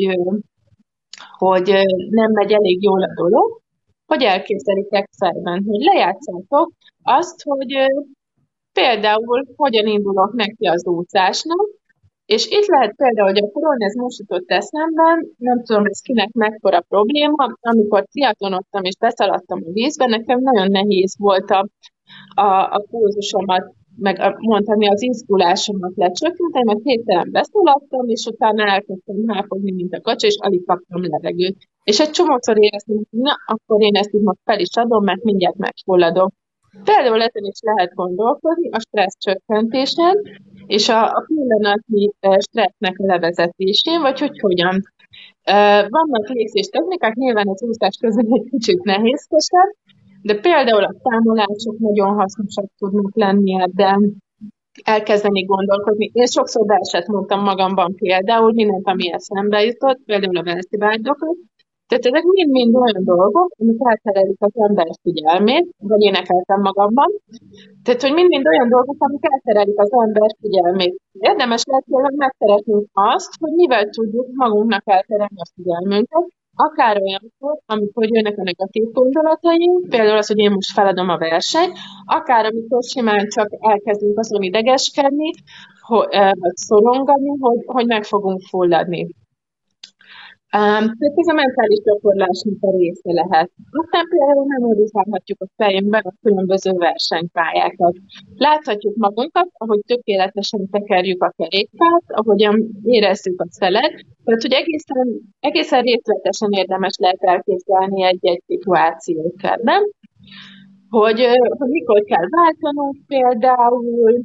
hogy nem megy elég jól a dolog, hogy elképzelitek fejben, hogy lejátszátok azt, hogy például hogyan indulok neki az úszásnak, és itt lehet például gyakorolni, ez most jutott eszembe, nem tudom, ez kinek mekkora probléma, amikor triatlonoztam és beszaladtam a vízbe, nekem nagyon nehéz volt a pulzusomat, meg mondani az izgulásomat lecsökkenteni, mert hirtelen beszaladtam, és utána elkezdtem háfogni, mint a kacsa, és alig kaptam levegőt. És egy csomószor éreztem, hogy na, akkor én ezt így most fel is adom, mert mindjárt megfulladok. Például ezen is lehet gondolkodni, a stressz csökkentésen, és a pillanatnyi stressznek a levezetésén, vagy hogy hogyan. Vannak légzés technikák, nyilván az úszás közben egy kicsit nehézkesebb, de például a számolások nagyon hasznosak tudnak lenni ebben, elkezdeni gondolkodni. Én sokszor verset mondtam magamban például, mindent, ami eszembe jutott, például a verszibárdokat. Tehát ezek mind-mind olyan dolgok, amik elterelik az ember figyelmét, vagy énekeltem magamban. Tehát, hogy mind-mind olyan dolgok, amik elterelik az ember figyelmét. Érdemes lehet például megszeretnünk azt, hogy mivel tudjuk magunknak elterelni a figyelmünket, akár olyankor, amikor jönnek a negatív gondolataink, például az, hogy én most feladom a versenyt, akár amikor simán csak elkezdünk azon idegeskedni, vagy szorongani, hogy meg fogunk fulladni. Tehát ez a mentális gyakorlásnak a része lehet. Aztán például memorizálhatjuk a fejünkben a különböző versenypályákat. Láthatjuk magunkat, ahogy tökéletesen tekerjük a kerékpárt, ahogyan érezzük a szelet. Tehát, hogy egészen részletesen érdemes lehet elképzelni egy szituációt ebben, hogy mikor kell váltanunk például,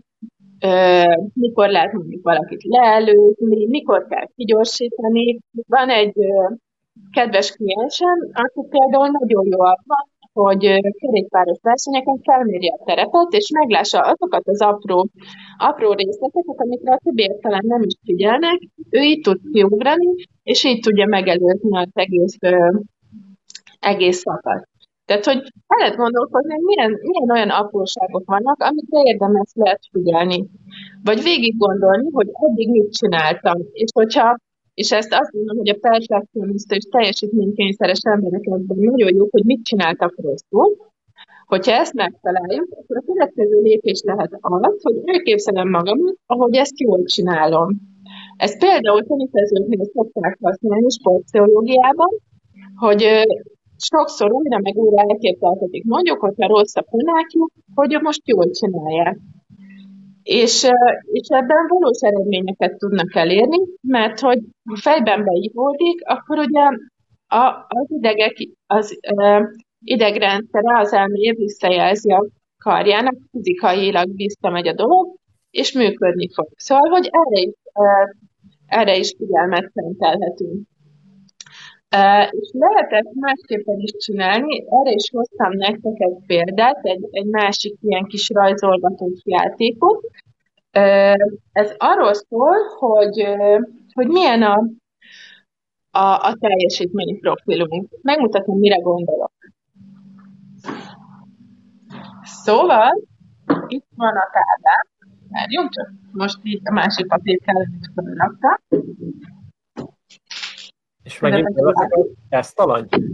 mikor lehet mondjuk valakit leelőzni, mikor kell kigyorsítani. Van egy kedves kliensem, aki például nagyon jó abban, hogy kerékpáros versenyeken felmérje a terepet, és meglássa azokat az apró részleteket, amikre a többiek talán nem is figyelnek, ő így tud kiugrani, és így tudja megelőzni az egész szakaszt. Tehát, hogy el lehet gondolkozni, hogy milyen olyan apróságok vannak, amikre érdemes lehet figyelni. Vagy végig gondolni, hogy eddig mit csináltam. És ezt azt mondom, hogy a perfekcionista és teljesítménykényszeres emberek ebben nagyon jó, hogy mit csináltak rosszul. Hogyha ezt megtaláljuk, akkor a következő lépés lehet az, hogy elképzelem magamat, ahogy ezt jól csinálom. Ezt például teniszezőknél szokták használni sportpszichológiában, hogy sokszor újra meg újra elképzelhetik, mondjuk, hogyha rossz a punákjuk, hogy most jól csinálják. És ebben valós eredményeket tudnak elérni, mert hogy ha fejben beívódik, akkor ugye az idegrendszere, az elméje visszajelzi a karjának, fizikailag visszamegy a dolog, és működni fog. Szóval, hogy erre is figyelmet szentelhetünk. És lehet ezt másképpen is csinálni, erre is hoztam nektek egy példát, egy másik ilyen kis rajzolgatós játékot. Ez arról szól, hogy milyen a teljesítményi profilunk. Megmutatom, mire gondolok. Szóval, itt van a táblán, várjunk csak, most így a másik papírt kellene is felrakta. És megint ezt talán?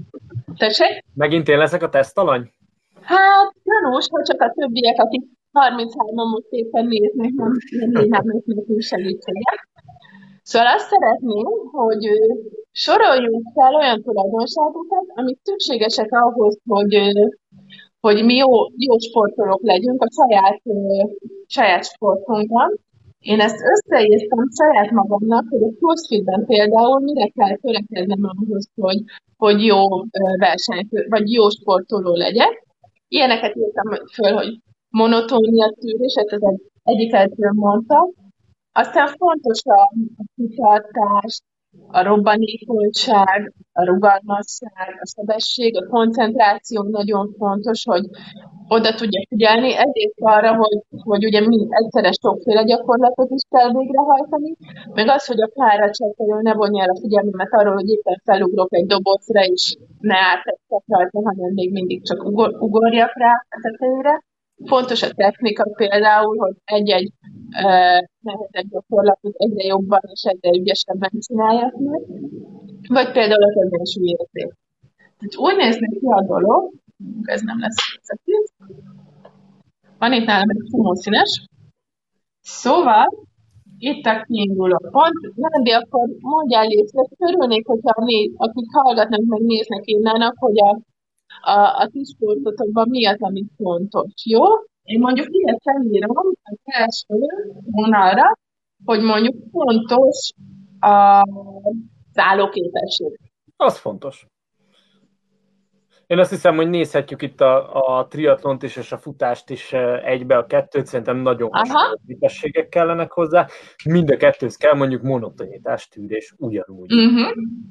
Tessék? Megint én leszek a tesztalany? Hát, gyanús, hogy csak a többiek, akik 33-an most éppen néznek, nem írnának nekünk segítséget. Szóval azt szeretném, hogy soroljunk fel olyan tulajdonságokat, amik szükségesek ahhoz, hogy mi jó sportolók legyünk a saját sportunkban. Én ezt összeírtam saját magamnak, hogy a CrossFitben például mire kell törekednem ahhoz, hogy jó vagy jó sportoló legyek. Ilyeneket írtam föl, hogy monotónia tűrés, ez az egyik edzőm mondta. Aztán fontos a kitartás, a robbanékonyság, a rugalmasság, a sebesség, a koncentráció nagyon fontos, hogy oda tudja figyelni. Egyrészt arra, hogy ugye egyszeres sokféle gyakorlatot is kell végrehajtani, meg az, hogy a fáradtság például ne vonja el a figyelmemet arról, hogy éppen felugrok egy dobozra, és ne átestek rajta, hanem még mindig csak ugorjak rá a tetejére. Fontos a technika például, hogy egy-egy nehezebb gyakorlatot egyre jobban és egyre ügyesebben csináljak meg, vagy például az egyensúlyérzék. Tehát úgy néznek ki a dolog, ez nem lesz szexi. Van itt nálam egy csomó színes. Szóval, itt a kiinduló pont. Nandi, akkor mondjál létre, örülnék, hogyha akik hallgatnak, meg néznek írnának, hogy a ti sportotokban mi az, ami fontos, jó? Én mondjuk ilyet felírom az első vonalra, hogy mondjuk fontos a szállóképesség. Az fontos. Én azt hiszem, hogy nézhetjük itt a triatlont is és a futást is egybe, a kettőt, szerintem nagyon hasonló képességek kellenek hozzá. Mind a kettőz kell, mondjuk monotonitás, tűrés ugyanúgy. Uh-huh.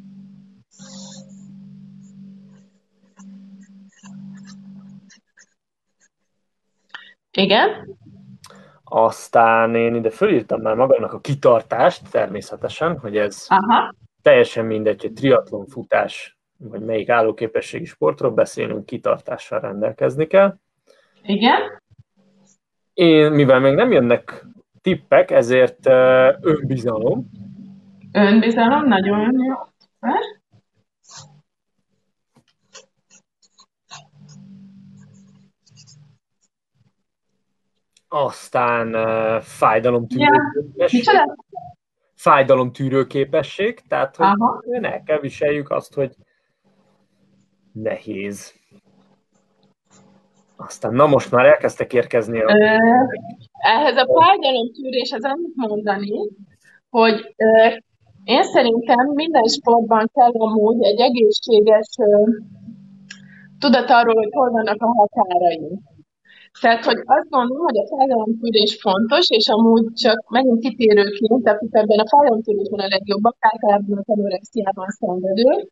Igen. Aztán én ide fölírtam már magamnak a kitartást, természetesen, hogy ez teljesen mindegy, hogy triatlon, futás, vagy melyik állóképességi sportról beszélünk, kitartással rendelkezni kell. Igen. Én, mivel még nem jönnek tippek, ezért önbizalom. Önbizalom, nagyon jó. Aztán fájdalomtűrőképesség. Fájdalomtűrőképesség, tehát hogy el kell viseljük azt, hogy nehéz. Aztán, na most már elkezdtek érkezni ehhez a fájdalomtűréshez annyit mondani, hogy én szerintem minden sportban kell amúgy egy egészséges tudat arról, hogy hol vannak a határaink. Tehát, hogy azt gondolom, hogy a fájdalomtűrés fontos, és amúgy csak megint kitérőként, akik ebben a fájdalomtűrésben a legjobbak, általában az anorexiában szenvedők.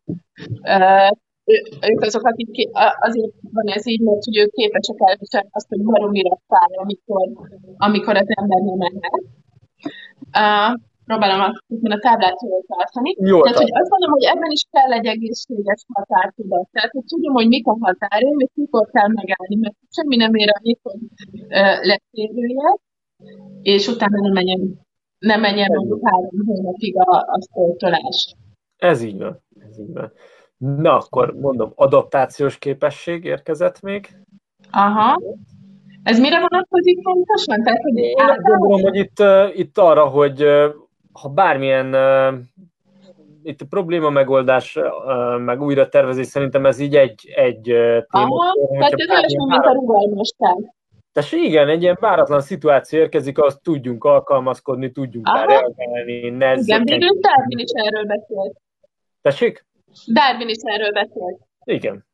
Ők azok, akik azért van ez így, mert hogy ők képesek elviselni azt, hogy baromira fáj, amikor az ember nem mehet. Próbálom a táblát jól tartani. Tehát, hogy azt mondom, hogy ebben is kell egy egészséges határtudat. Tehát, hogy tudom, hogy mik a határaim, és mikor kell megállni, mert semmi nem ér annyit, hogy letérüljek, és utána nem menjen mondjuk 3 hónapig a sportolás. Ez így van. Na, akkor mondom, adaptációs képesség érkezett még. Aha. Ez mire vonatkozik pontosan? Tehát, hogy én azt gondolom, hogy itt arra, hogy ha bármilyen itt a probléma megoldás, meg újra tervezés, szerintem ez így egy téma. Tehát ez olyasmi, mint a rugalmasság. Tehát igen, egy ilyen váratlan szituáció érkezik, azt tudjunk alkalmazkodni, tudjunk rá reagálni. Igen, végül Darwin is erről beszélt. Tessék? Darwin is erről beszélt. Igen.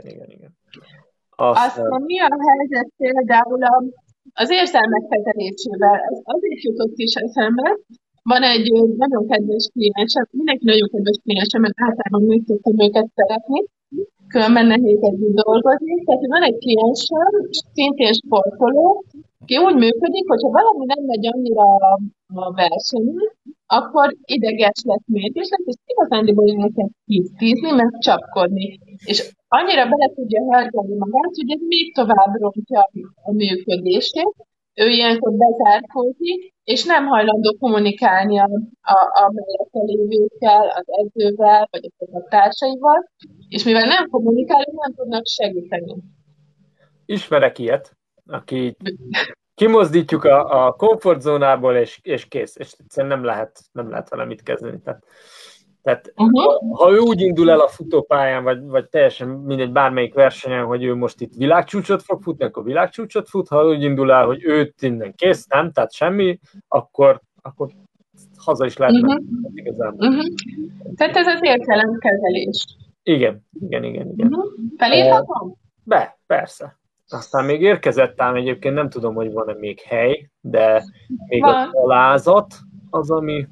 Aztán mi a helyzet például az érzelmek kezelésével? Ez azért jutott is eszembe. Van egy nagyon kedves kliensem, mindenki nagyon kedves kliensem, mert általában még tudtam őket szeretni, különben nehéz együtt dolgozni. Tehát van egy kliensem, szintén sportoló, ki úgy működik, hogyha valami nem megy annyira a versenyen, akkor ideges lesz, mérges lesz, és igazándiból elkezd tízni, meg csapkodni. És annyira bele tudja herdeni magát, hogy ez még tovább rontja a működését. Ő ilyenkor bezárkózik, és nem hajlandó kommunikálni a mellette lévőkkel, az edzővel, vagy a társaival, És mivel nem kommunikálunk, nem tudnak segíteni. Ismerek ilyet, aki kimozdítjuk a komfortzónából, és kész. És egyszerűen nem lehet vele mit kezdeni. Tehát ha ő úgy indul el a futópályán, vagy teljesen mindegy bármelyik versenyen, hogy ő most itt világcsúcsot fog futni, akkor világcsúcsot fut, ha úgy indul el, hogy őt innen kész, nem, tehát semmi, akkor haza is lehet menni. igazából. Tehát ez az értelemkezelés. Igen. Felírhatom? Persze. Aztán még érkezett ám egyébként, nem tudom, hogy van-e még hely, de még a alázat az, ami...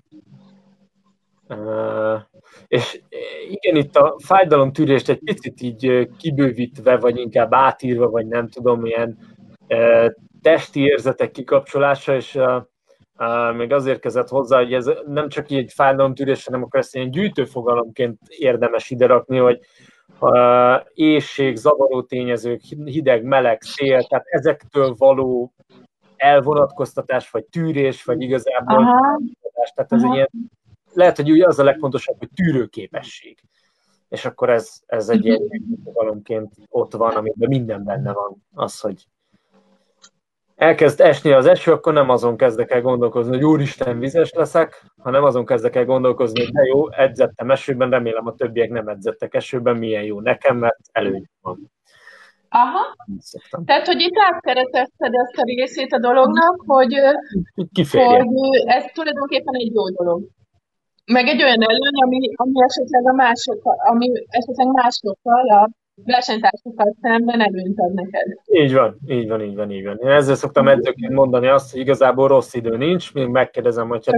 és igen, itt a fájdalomtűrést egy picit így kibővítve, vagy inkább átírva, vagy nem tudom, ilyen testi érzetek kikapcsolása, és még azért kezdett hozzá, hogy ez nem csak így egy fájdalomtűrés, hanem akkor ezt ilyen gyűjtőfogalomként érdemes ide rakni, hogy éhség, zavaró tényezők, hideg, meleg, szél, tehát ezektől való elvonatkoztatás, vagy tűrés, vagy igazából tehát ez egy ilyen, lehet, hogy úgy az a legfontosabb, hogy tűrőképesség. És akkor ez egy ilyen fogalomként ott van, amiben minden benne van. Az, hogy elkezd esni az eső, akkor nem azon kezdek el gondolkozni, hogy úristen, vizes leszek, hanem azon kezdek el gondolkozni, hogy de jó, edzettem esőben, remélem a többiek nem edzettek esőben, milyen jó nekem, mert előny van. Aha. Tehát, hogy itt átkeretezted ezt a részét a dolognak, hogy ez tulajdonképpen egy jó dolog. Meg egy olyan előny, ami esetleg másokkal, a versenytársakkal szemben előnyt ad neked. Így van. Én ezzel szoktam edzőként mondani azt, hogy igazából rossz idő nincs, még megkérdezem, hogyha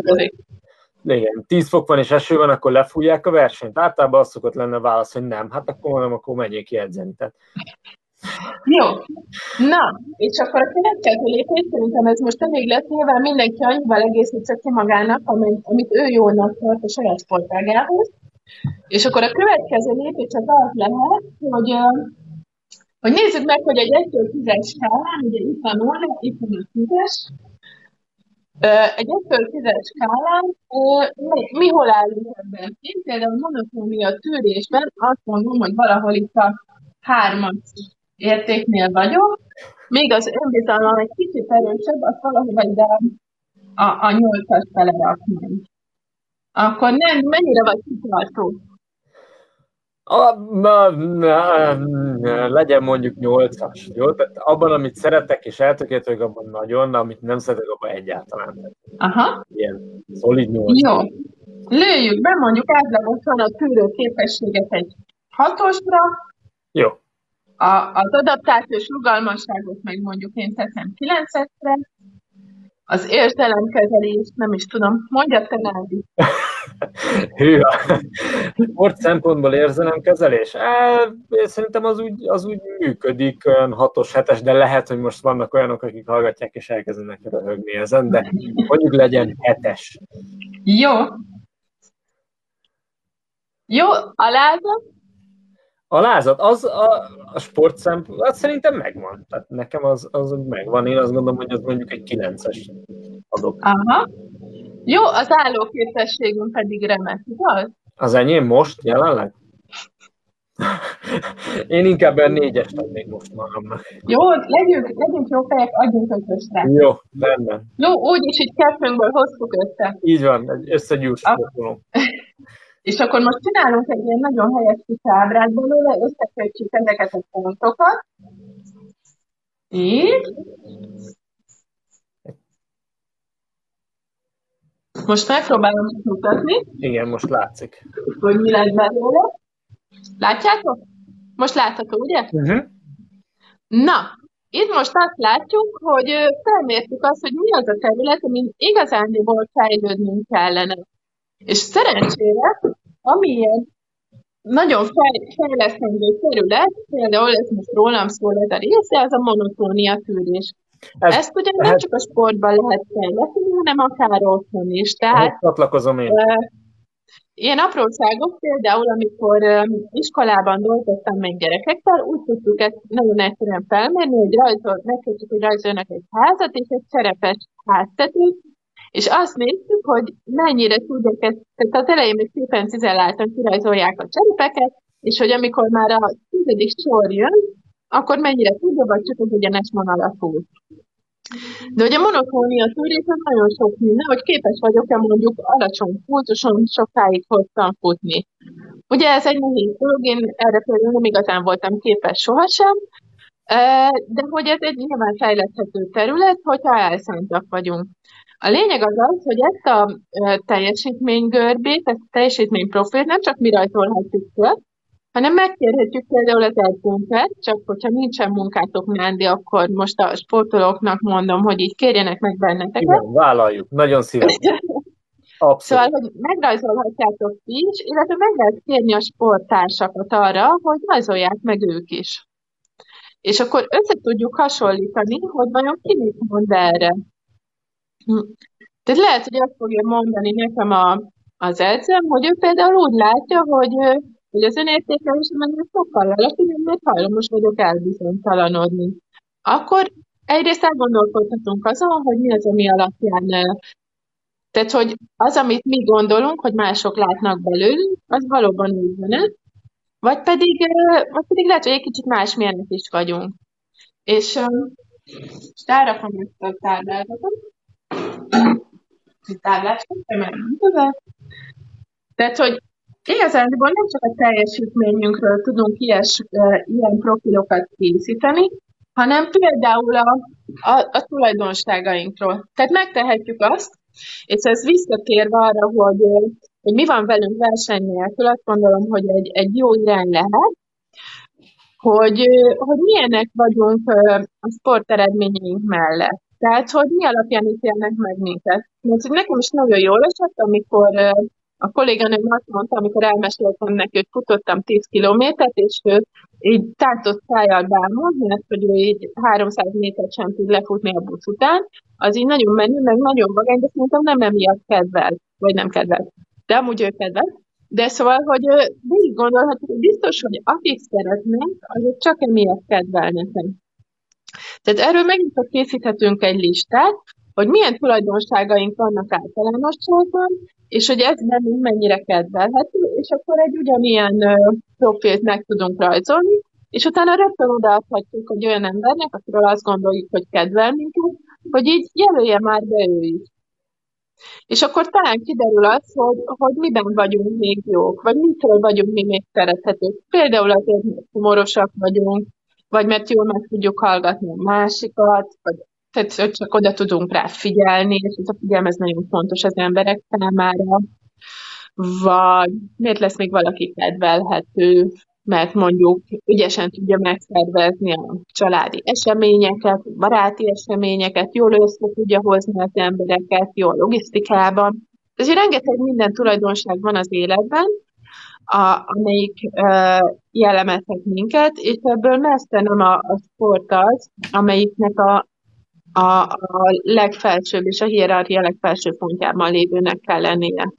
10 fok van és eső van, akkor lefújják a versenyt. Általában az szokott lenne a válasz, hogy nem. Hát akkor mondom, akkor menjék ki edzeni. Tehát... Jó. Na, és akkor a következő lépés, szerintem ez most elég lesz, nyilván mindenki annyival egészítse ki magának, amit ő jónak tart a saját sportágához. És akkor a következő lépés az lehet, hogy nézzük meg, hogy egy 1-től 10-es skálán, ugye itt van 0, itt van a 10-es, egy 1-től 10-es skálán mi hol állunk ebben? Én például monotónia tűrésben azt mondom, hogy valahol itt a 3-as értéknél vagyok, még az önbizalmam egy kicsit erősebb, azt valahol ide a 8-as fele raknám. Akkor nem, mennyire vagy kitartó? Legyen mondjuk 8-as, jó? Tehát abban, amit szeretek és eltökélt vagyok, abban nagyon, amit nem szeretek, abban egyáltalán. Aha. Ilyen szolid 8. Jó. Lőjük be, mondjuk átlagosan a tűrő képességet egy 6-osra. Jó. Az adaptációs rugalmasságot meg mondjuk én teszem 9-esre. Az értelemkezelést, nem is tudom, mondjad te, Nádi. Hűha! Sport szempontból érzelemkezelés? Szerintem az úgy működik, olyan 6-os, 7-es, de lehet, hogy most vannak olyanok, akik hallgatják és elkezdenek röhögni ezen, de mondjuk legyen 7-es. Jó. Jó, alázat? Alázat? Az a sport szempontból, szerintem megvan. Tehát nekem az megvan. Én azt gondolom, hogy az mondjuk egy 9-es adok. Aha. Jó, az állóképességünk pedig remek, igaz? Az enyém most, jelenleg? Én inkább olyan 4-es tennék most magamnak. Jó, legyünk jó fejek, adjunk 5-ösre. Jó, rendben. Jó, úgyis így kettőnkből hoztuk össze. Így van, egy összegyűrt sportoló. És akkor most csinálunk egy ilyen nagyon helyes kis ábrát belőle, összekötjük ezeket a pontokat. Így. Most megpróbálom mutatni. Igen, most látszik. Hogy mi lesz belőle. Látjátok? Most látható, ugye? Na, itt most azt látjuk, hogy felmértük azt, hogy mi az a terület, amin igazándiból fejlődnünk kellene. És szerencsére, amilyen nagyon fejlesztendő terület, például ez most rólam szól ez a része, az a monotónia tűrés. Ezt ugye nem csak a sportban lehet fejleszteni, hanem akár otthon is. Tehát csatlakozom én. Ilyen apróságok, például amikor iskolában dolgoztam meg gyerekekkel, úgy tudtuk ezt nagyon egyszerűen felmérni, hogy megkezdjük, hogy rajzolnak egy házat és egy cserepes háztetőt, és azt néztük, hogy mennyire tudják ezt, tehát az elején még szépen cizelláltan kirajzolják a cserepeket, és hogy amikor már a 10. sor jön, akkor mennyire tudja, vagy csak az egyenes vonalat fut. De hogy a monotónia túrében nagyon sok minden, hogy képes vagyok-e mondjuk alacsony pulzuson sokáig hosszan futni. Ugye ez egy nehéz dolog, én erre például nem igazán voltam képes sohasem, de hogy ez egy nyilván fejleszthető terület, hogyha elszántak vagyunk. A lényeg az, hogy ezt a teljesítménygörbét, ezt a teljesítményprofilt nem csak mi rajzolhatjuk föl, hanem megkérhetjük például az edzőnket, csak hogyha nincsen munkátok nándi, akkor most a sportolóknak mondom, hogy így kérjenek meg benneteket. Igen, vállaljuk, nagyon szívesen. Abszolút. Szóval, hogy megrajzolhatjátok is, illetve meg lehet kérni a sporttársakat arra, hogy rajzolják meg ők is. És akkor össze tudjuk hasonlítani, hogy vajon ki mit mond erre. Tehát lehet, hogy azt fogja mondani nekem az edzőm, hogy ő például úgy látja, hogy az önértékelésem ennél sokkal alacsonyabb, mert hajlamos vagyok elbizonytalanodni. Akkor egyrészt elgondolkodhatunk azon, hogy mi az, ami alapján, tehát hogy az, amit mi gondolunk, hogy mások látnak belőlünk, az valóban úgy van-e, vagy pedig lehet, hogy egy kicsit másmilyenek is vagyunk. És rárakom ezt a táblázatot. Tehát, hogy igazából nem csak a teljesítményünkről tudunk ilyen profilokat készíteni, hanem például a tulajdonságainkról. Tehát megtehetjük azt, és ez visszatérve arra, hogy mi van velünk verseny nélkül, azt gondolom, hogy egy jó irány lehet, hogy milyenek vagyunk a sporteredményeink mellett. Tehát, hogy mi alapján ítélnek meg minket. Mert nekem is nagyon jól esett, amikor a kolléganőm azt mondta, amikor elmeséltem neki, hogy futottam 10 kilométert, és ő így tátott szájjal bámult, mert hogy ő így 300 métert sem tud lefutni a busz után, az így nagyon menő, meg nagyon vagány, de szerintem nem emiatt kedvel, vagy nem kedvel. De amúgy ő kedvel. De szóval, hogy végig gondolhatjuk, hogy biztos, hogy akik szeretnek, azok csak emiatt kedvelnek. Tehát erről megint csak készíthetünk egy listát, hogy milyen tulajdonságaink vannak általánosságban, és hogy ez bennünk mennyire kedvelhető, és akkor egy ugyanilyen profilt meg tudunk rajzolni, és utána rögtön odaadhatjuk egy olyan embernek, akiről azt gondoljuk, hogy kedvel minket, hogy így jelölje már be ő is. És akkor talán kiderül az, hogy miben vagyunk még jók, vagy mitől vagyunk mi még szerethetők. Például azért, mert humorosak vagyunk, vagy mert jól meg tudjuk hallgatni a másikat, vagy tehát, hogy csak oda tudunk rá figyelni, és ez a figyelem ez nagyon fontos az emberek számára. Vagy miért lesz még valaki kedvelhető, mert mondjuk ügyesen tudja megszervezni a családi eseményeket, baráti eseményeket, jól össze tudja hozni az embereket, jó a logisztikában. Ezért rengeteg minden tulajdonság van az életben, amelyik jellemezhet minket, és ebből messze nem a sport az, amelyiknek a legfelsőbb és a hierarchia legfelső pontjában lévőnek kell lennie.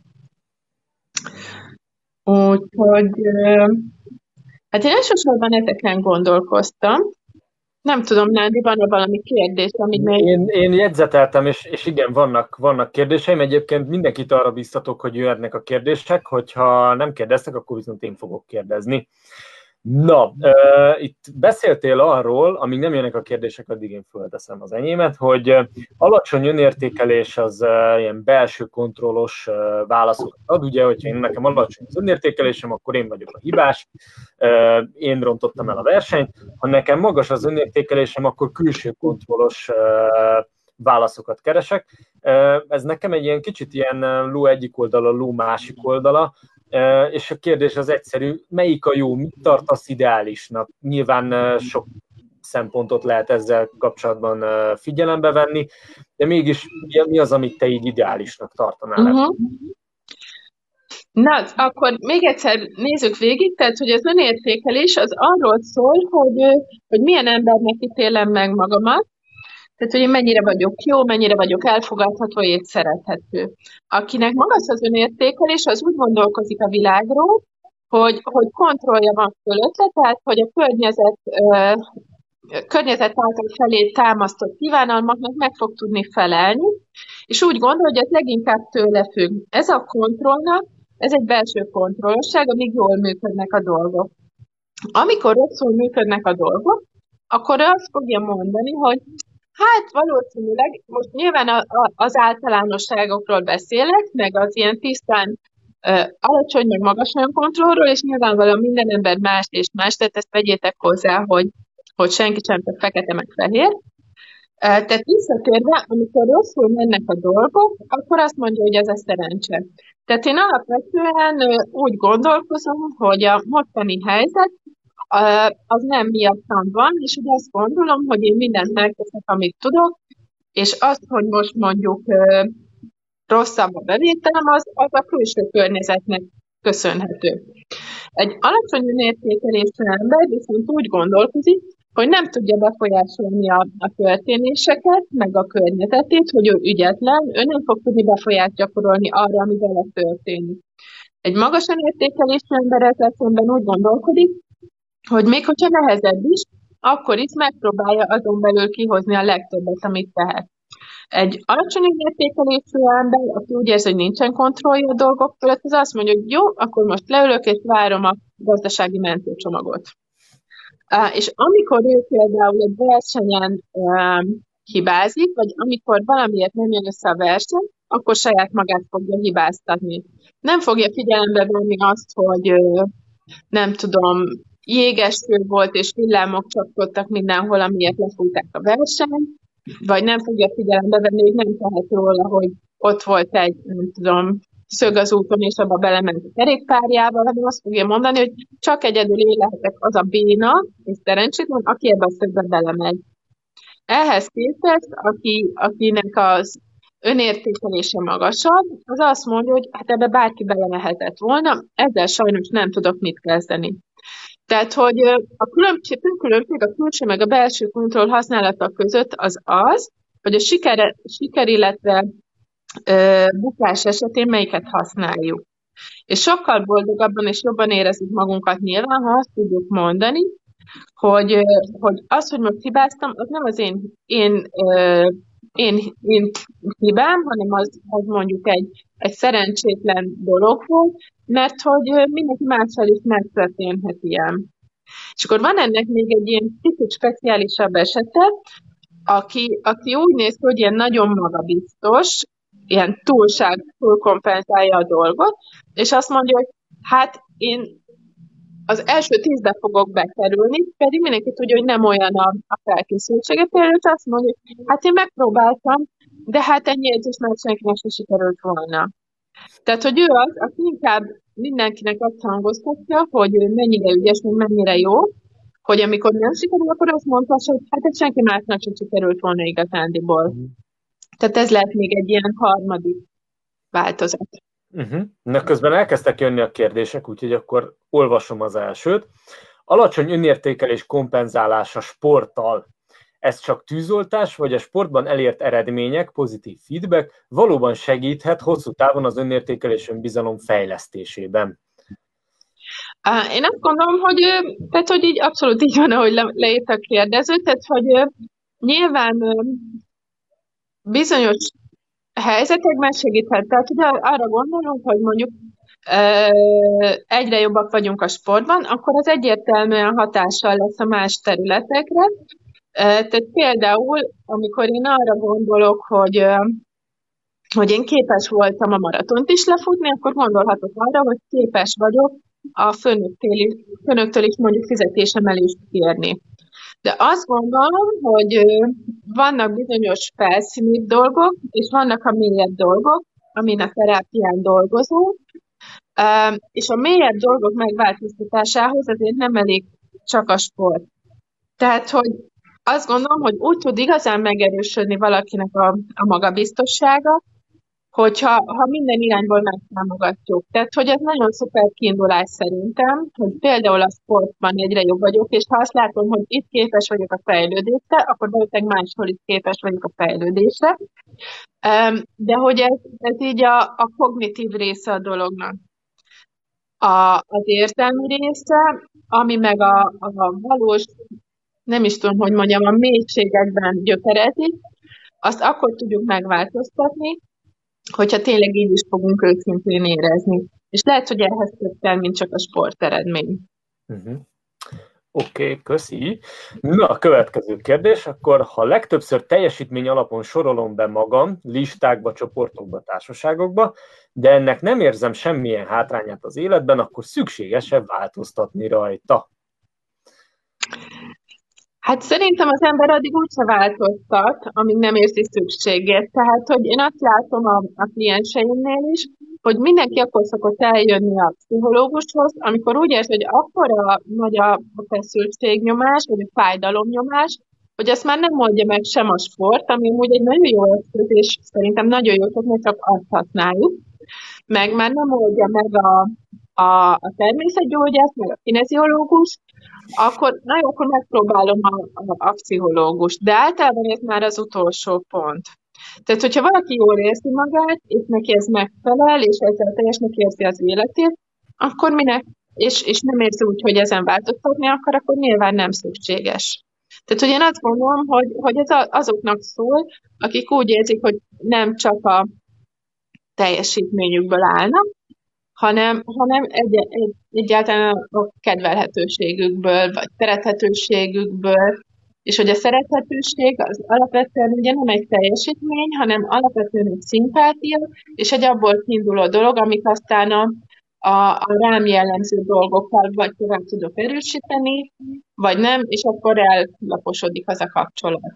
Úgyhogy hát én elsősorban ezeken gondolkoztam. Nem tudom, Nándi, van-e valami kérdés, amit még... Én jegyzeteltem, és igen, vannak kérdéseim. Egyébként mindenkit arra biztatok, hogy jöhetnek a kérdések, hogyha nem kérdeztek, akkor viszont én fogok kérdezni. Na, itt beszéltél arról, amíg nem jönnek a kérdések, addig én fölteszem az enyémet, hogy alacsony önértékelés az ilyen belső kontrollos válaszokat ad, ugye, hogyha én nekem alacsony az önértékelésem, akkor én vagyok a hibás, én rontottam el a versenyt, ha nekem magas az önértékelésem, akkor külső kontrollos válaszokat keresek. Ez nekem egy ilyen kicsit ilyen ló egyik oldala, ló másik oldala, és a kérdés az egyszerű, melyik a jó, mit tartasz ideálisnak? Nyilván sok szempontot lehet ezzel kapcsolatban figyelembe venni, de mégis mi az, amit te így ideálisnak tartanál? Uh-huh. Na, akkor még egyszer nézzük végig, tehát, hogy az önértékelés az arról szól, hogy milyen embernek ítélem meg magamat, tehát, hogy én mennyire vagyok jó, mennyire vagyok elfogadható és szerethető. Akinek magas az önértékelés, az úgy gondolkozik a világról, hogy kontrollja van fölötte, tehát, hogy a környezet által felé támasztott kívánalmaknak meg fog tudni felelni, és úgy gondol, hogy ez leginkább tőle függ. Ez a kontrollnak Ez egy belső kontrollosság, amíg jól működnek a dolgok. Amikor rosszul működnek a dolgok, akkor ő azt fogja mondani, hogy hát valószínűleg, most nyilván az általánosságokról beszélek, meg az ilyen tisztán alacsony, meg magas kontrollról, és nyilvánvalóan minden ember más és más, tehát ezt vegyétek hozzá, hogy senki sem fekete meg fehér. Tehát visszatérve, amikor rosszul mennek a dolgok, akkor azt mondja, hogy ez a szerencse. Tehát én alapvetően úgy gondolkozom, hogy a mostani helyzet az nem miattam van, és ugye azt gondolom, hogy én mindent megteszek, amit tudok, és azt, hogy most mondjuk rosszabb a bevételem, az a külső környezetnek köszönhető. Egy alacsony önértékelésű ember viszont úgy gondolkozik, hogy nem tudja befolyásolni a történéseket, meg a környezetét, hogy ő ügyetlen, ő nem fog tudni befolyást gyakorolni arra, ami vele történik. Egy magasan értékelésű ember ezzel szemben úgy gondolkodik, hogy még hogyha nehezebb is, akkor is megpróbálja azon belül kihozni a legtöbbet, amit tehet. Egy alacsony értékelésű ember, aki úgy érzi, hogy nincsen kontrollja a dolgok fölött, az azt mondja, hogy jó, akkor most leülök és várom a gazdasági mentőcsomagot. És amikor ő például egy versenyen hibázik, vagy amikor valamiért nem jön össze a verseny, akkor saját magát fogja hibáztatni. Nem fogja figyelembe venni azt, hogy nem tudom, jégeső volt, és villámok csapkodtak mindenhol, amiért lefújták a versenyt, vagy nem fogja figyelembe venni, hogy nem tehet róla, hogy ott volt egy, nem tudom, szög az úton, és abba belement a kerékpárjába, hanem azt fogja mondani, hogy csak egyedül én lehetek az a béna, és szerencsétlen, aki ebbe a szögbe belemegy. Ehhez képest, akinek az önértékelése magasabb, az azt mondja, hogy hát ebbe bárki belemehetett volna, ezzel sajnos nem tudok mit kezdeni. Tehát, hogy a különbség a külső meg a belső kontroll használata között az, hogy a siker illetve bukás esetén melyiket használjuk. És sokkal boldogabban és jobban érezzük magunkat nyilván, ha azt tudjuk mondani, hogy az, hogy most hibáztam, az nem az én hibám, hanem az mondjuk egy szerencsétlen dolog volt, mert hogy mindenki mással is megtörténhet ilyen. És akkor van ennek még egy ilyen kicsit speciálisabb esete, aki úgy néz ki, hogy ilyen nagyon magabiztos, ilyen túlkompenzálja a dolgot, és azt mondja, hogy hát én az első 10-be fogok bekerülni, pedig mindenki tudja, hogy nem olyan a felkészültsége. Például azt mondja, hogy hát én megpróbáltam, de hát ennyi is már senkinek sem sikerült volna. Tehát, hogy ő az, aki inkább mindenkinek azt hangoztatja, hogy ő mennyire ügyes, meg mennyire jó, hogy amikor nem sikerül, akkor azt mondta, hogy hát ez senki másnak sem sikerült volna igazándiból. Tehát ez lehet még egy ilyen harmadik változat. Na, közben elkezdtek jönni a kérdések, úgyhogy akkor olvasom az elsőt. Alacsony önértékelés kompenzálása sporttal. Ez csak tűzoltás, vagy a sportban elért eredmények, pozitív feedback valóban segíthet hosszú távon az önértékelés önbizalom fejlesztésében? Én azt gondolom, hogy így abszolút így van, ahogy leírt a kérdező, tehát hogy nyilván bizonyos helyzetekben segíthet. Tehát ugye arra gondolunk, hogy mondjuk egyre jobbak vagyunk a sportban, akkor az egyértelműen hatással lesz a más területekre. Tehát például, amikor én arra gondolok, hogy én képes voltam a maratont is lefutni, akkor gondolhatok arra, hogy képes vagyok a főnöktől is mondjuk fizetésemelést kérni. De azt gondolom, hogy vannak bizonyos felszíni dolgok, és vannak a mélyebb dolgok, amin a terápián dolgozunk, és a mélyebb dolgok megváltoztatásához azért nem elég csak a sport. Tehát, hogy azt gondolom, hogy úgy tud igazán megerősödni valakinek a magabiztossága, hogyha minden irányból megtámogatjuk. Tehát, hogy ez nagyon szuper kiindulás szerintem, hogy például a sportban egyre jobb vagyok, és ha azt látom, hogy itt képes vagyok a fejlődésre, akkor valószínűleg máshol is képes vagyok a fejlődésre. De hogy ez így a kognitív része a dolognak. Az érzelmi része, ami meg a valós, nem is tudom, hogy mondjam, a mélységekben gyökerezik, azt akkor tudjuk megváltoztatni, hogyha tényleg így is fogunk őszintén érezni. És lehet, hogy ehhez több kell, mint csak a sporteredmény. Oké, köszi. Na, a következő kérdés, akkor ha legtöbbször teljesítmény alapon sorolom be magam, listákba, csoportokba, társaságokba, de ennek nem érzem semmilyen hátrányát az életben, akkor szükséges-e változtatni rajta? Hát szerintem az ember addig úgyse változtat, amíg nem érzi szükségét. Tehát, hogy én azt látom a klienseimnél is, hogy mindenki akkor szokott eljönni a pszichológushoz, amikor úgy érzi, hogy akkora nagy a feszültségnyomás, vagy a fájdalomnyomás, hogy ezt már nem oldja meg sem a sport, ami úgy egy nagyon jó eszköz, és szerintem nagyon jó, hogy ne csak azt használjuk, meg már nem oldja meg a természetgyógyász, meg a kineziológus, akkor, na jó, akkor megpróbálom a pszichológust. De általában ez már az utolsó pont. Tehát, hogyha valaki jól érzi magát, és neki ez megfelel, és ezzel teljesnek érzi az életét, akkor minek, és nem érzi úgy, hogy ezen változtatni akar, akkor nyilván nem szükséges. Tehát, hogy én azt gondolom, hogy ez azoknak szól, akik úgy érzik, hogy nem csak a teljesítményükből állnak, hanem egyáltalán a kedvelhetőségükből, vagy szerethetőségükből, és hogy a szerethetőség az alapvetően ugye nem egy teljesítmény, hanem alapvetően egy szimpátia, és egy abból kiinduló dolog, amit aztán a rám jellemző dolgokkal vagy tovább tudok erősíteni, vagy nem, és akkor ellaposodik az a kapcsolat.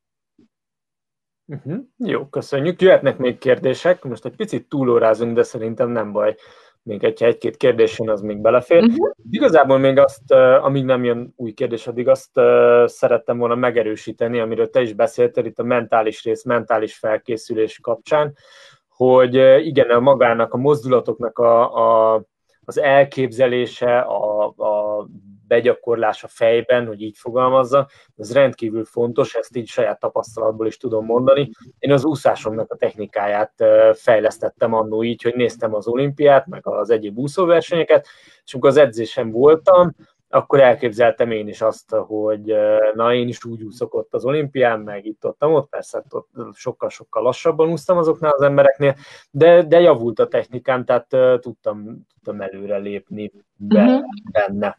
Jó, köszönjük. Jöhetnek még kérdések. Most egy picit túlórázunk, de szerintem nem baj. Még egy-két kérdés jön, az még belefér. Igazából még azt, amíg nem jön új kérdés, addig azt szerettem volna megerősíteni, amiről te is beszéltél itt a mentális rész, mentális felkészülés kapcsán, hogy igen, magának, a mozdulatoknak az elképzelése, a begyakorlása fejben, hogy így fogalmazza, ez rendkívül fontos, ezt így saját tapasztalatból is tudom mondani. Én az úszásomnak a technikáját fejlesztettem annó így, hogy néztem az olimpiát, meg az egyéb úszóversenyeket, és amikor az edzésen voltam, akkor elképzeltem én is azt, hogy na, én is úgy úszok ott az olimpián, meg itt-ott, persze ott sokkal-sokkal lassabban úsztam azoknál az embereknél, de javult a technikám, tehát tudtam előre lépni benne.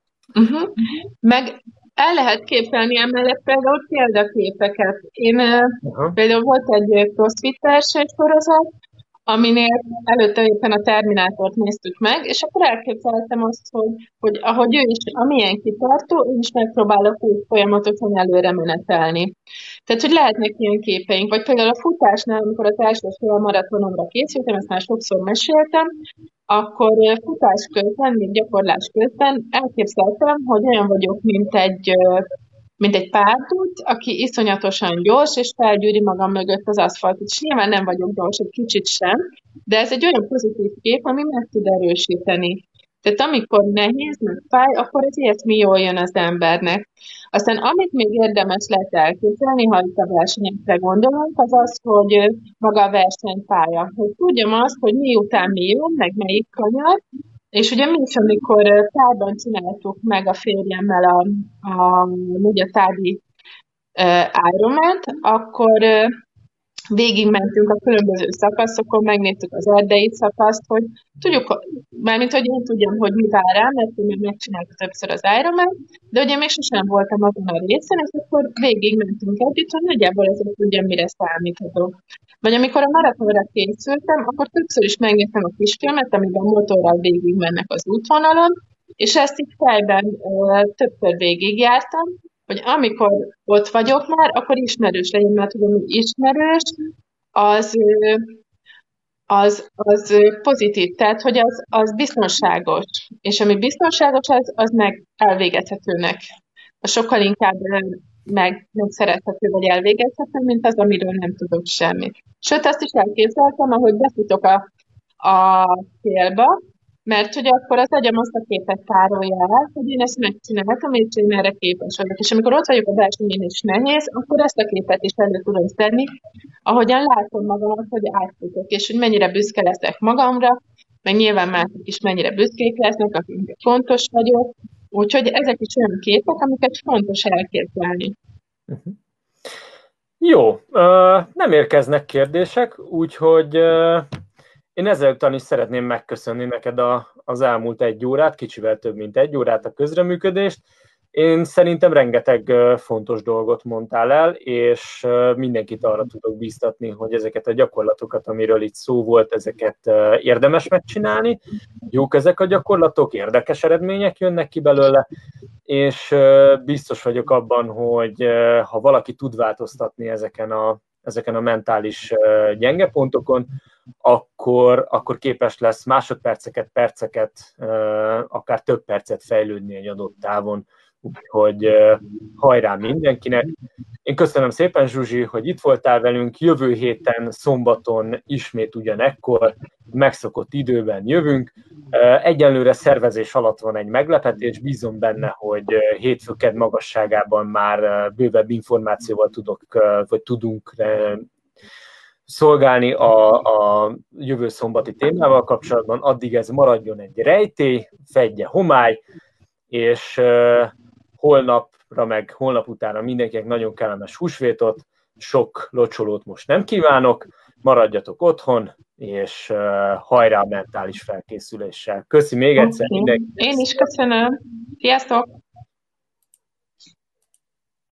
Meg el lehet képzelni emellett például példaképeket. Én például volt egy crossfit versenysorozat, aminél előtte éppen a Terminátort néztük meg, és akkor elképzeltem azt, hogy ahogy ő is, amilyen kitartó, én is megpróbálok úgy folyamatosan előre menetelni. Tehát, hogy lehetnek ilyen képeink, vagy például a futásnál, amikor a társadalmi maratonomra készültem, ezt már sokszor meséltem, akkor futás közben, még gyakorlás közben elképzeltem, hogy olyan vagyok, mint egy párdút, aki iszonyatosan gyors, és felgyűri magam mögött az aszfaltot. És nyilván nem vagyok gyors, egy kicsit sem, de ez egy olyan pozitív kép, ami meg tud erősíteni. Tehát amikor nehéz, meg fáj, akkor ez ilyesmi jól jön az embernek. Aztán amit még érdemes lehet elképzelni, ha itt a versenyekre gondolunk, az az, hogy maga a versenypálya. Hogy tudjam azt, hogy miután mi jó, meg melyik kanyar, és ugye mi is, amikor tárban csináltuk meg a férjemmel a tárgyi Ironman-t, akkor végigmentünk a különböző szakaszokon, megnéztük az erdei szakaszt, hogy tudjuk, mármint, hogy én tudjam, hogy mi vár rám, mert én még megcsináltuk többször az Ironman, de ugye még sosem voltam azon a részen, és akkor végigmentünk együtt, hogy nagyjából ezért tudjam, mire számíthatok. Vagy amikor a maratonra készültem, akkor többször is megnéztem a kisfilmet, amiben motorral végigmennek az útvonalon, és ezt így fejben többször végigjártam, hogy amikor ott vagyok már, akkor ismerős legyen, mert tudom, hogy ismerős, az pozitív, tehát hogy az biztonságos, és ami biztonságos, az meg elvégezhetőnek. Sokkal inkább megszerethető vagy elvégezhető, mint az, amiről nem tudok semmit. Sőt, azt is elképzeltem, ahogy befutok a célba, mert hogy akkor az agyam azt a képet tárolja el, hogy én ezt megcsinálhatom, és én erre képes vagyok. És amikor ott vagyok a versenyen is nehéz, akkor ezt a képet is elő tudom tenni, ahogyan látom magamat, hogy átfutok, és hogy mennyire büszke leszek magamra, meg nyilván mások is mennyire büszkék lesznek, akiknek fontos vagyok. Úgyhogy ezek is olyan képek, amiket fontos elképzelni. Jó, nem érkeznek kérdések, úgyhogy Én ezáltal is szeretném megköszönni neked az elmúlt 1 órát, kicsivel több mint 1 órát a közreműködést. Én szerintem rengeteg fontos dolgot mondtál el, és mindenkit arra tudok bíztatni, hogy ezeket a gyakorlatokat, amiről itt szó volt, ezeket érdemes megcsinálni. Jók ezek a gyakorlatok, érdekes eredmények jönnek ki belőle, és biztos vagyok abban, hogy ha valaki tud változtatni ezeken a mentális gyenge pontokon, akkor képes lesz másodperceket, perceket, akár több percet fejlődni egy adott távon. Úgyhogy hajrá mindenkinek! Én köszönöm szépen, Zsuzsi, hogy itt voltál velünk. Jövő héten, szombaton ismét ugyanekkor, megszokott időben jövünk. Egyelőre szervezés alatt van egy meglepetés, bízom benne, hogy hétfő-kedd magasságában már bővebb információval tudunk szolgálni a jövő szombati témával kapcsolatban. Addig ez maradjon egy rejtély, fedje homály, és holnapra meg holnap utána mindenkinek nagyon kellemes húsvétot, sok locsolót most nem kívánok, maradjatok otthon, és hajrá a mentális felkészüléssel. Köszi még egyszer mindenkinek. Én is köszönöm. Sziasztok!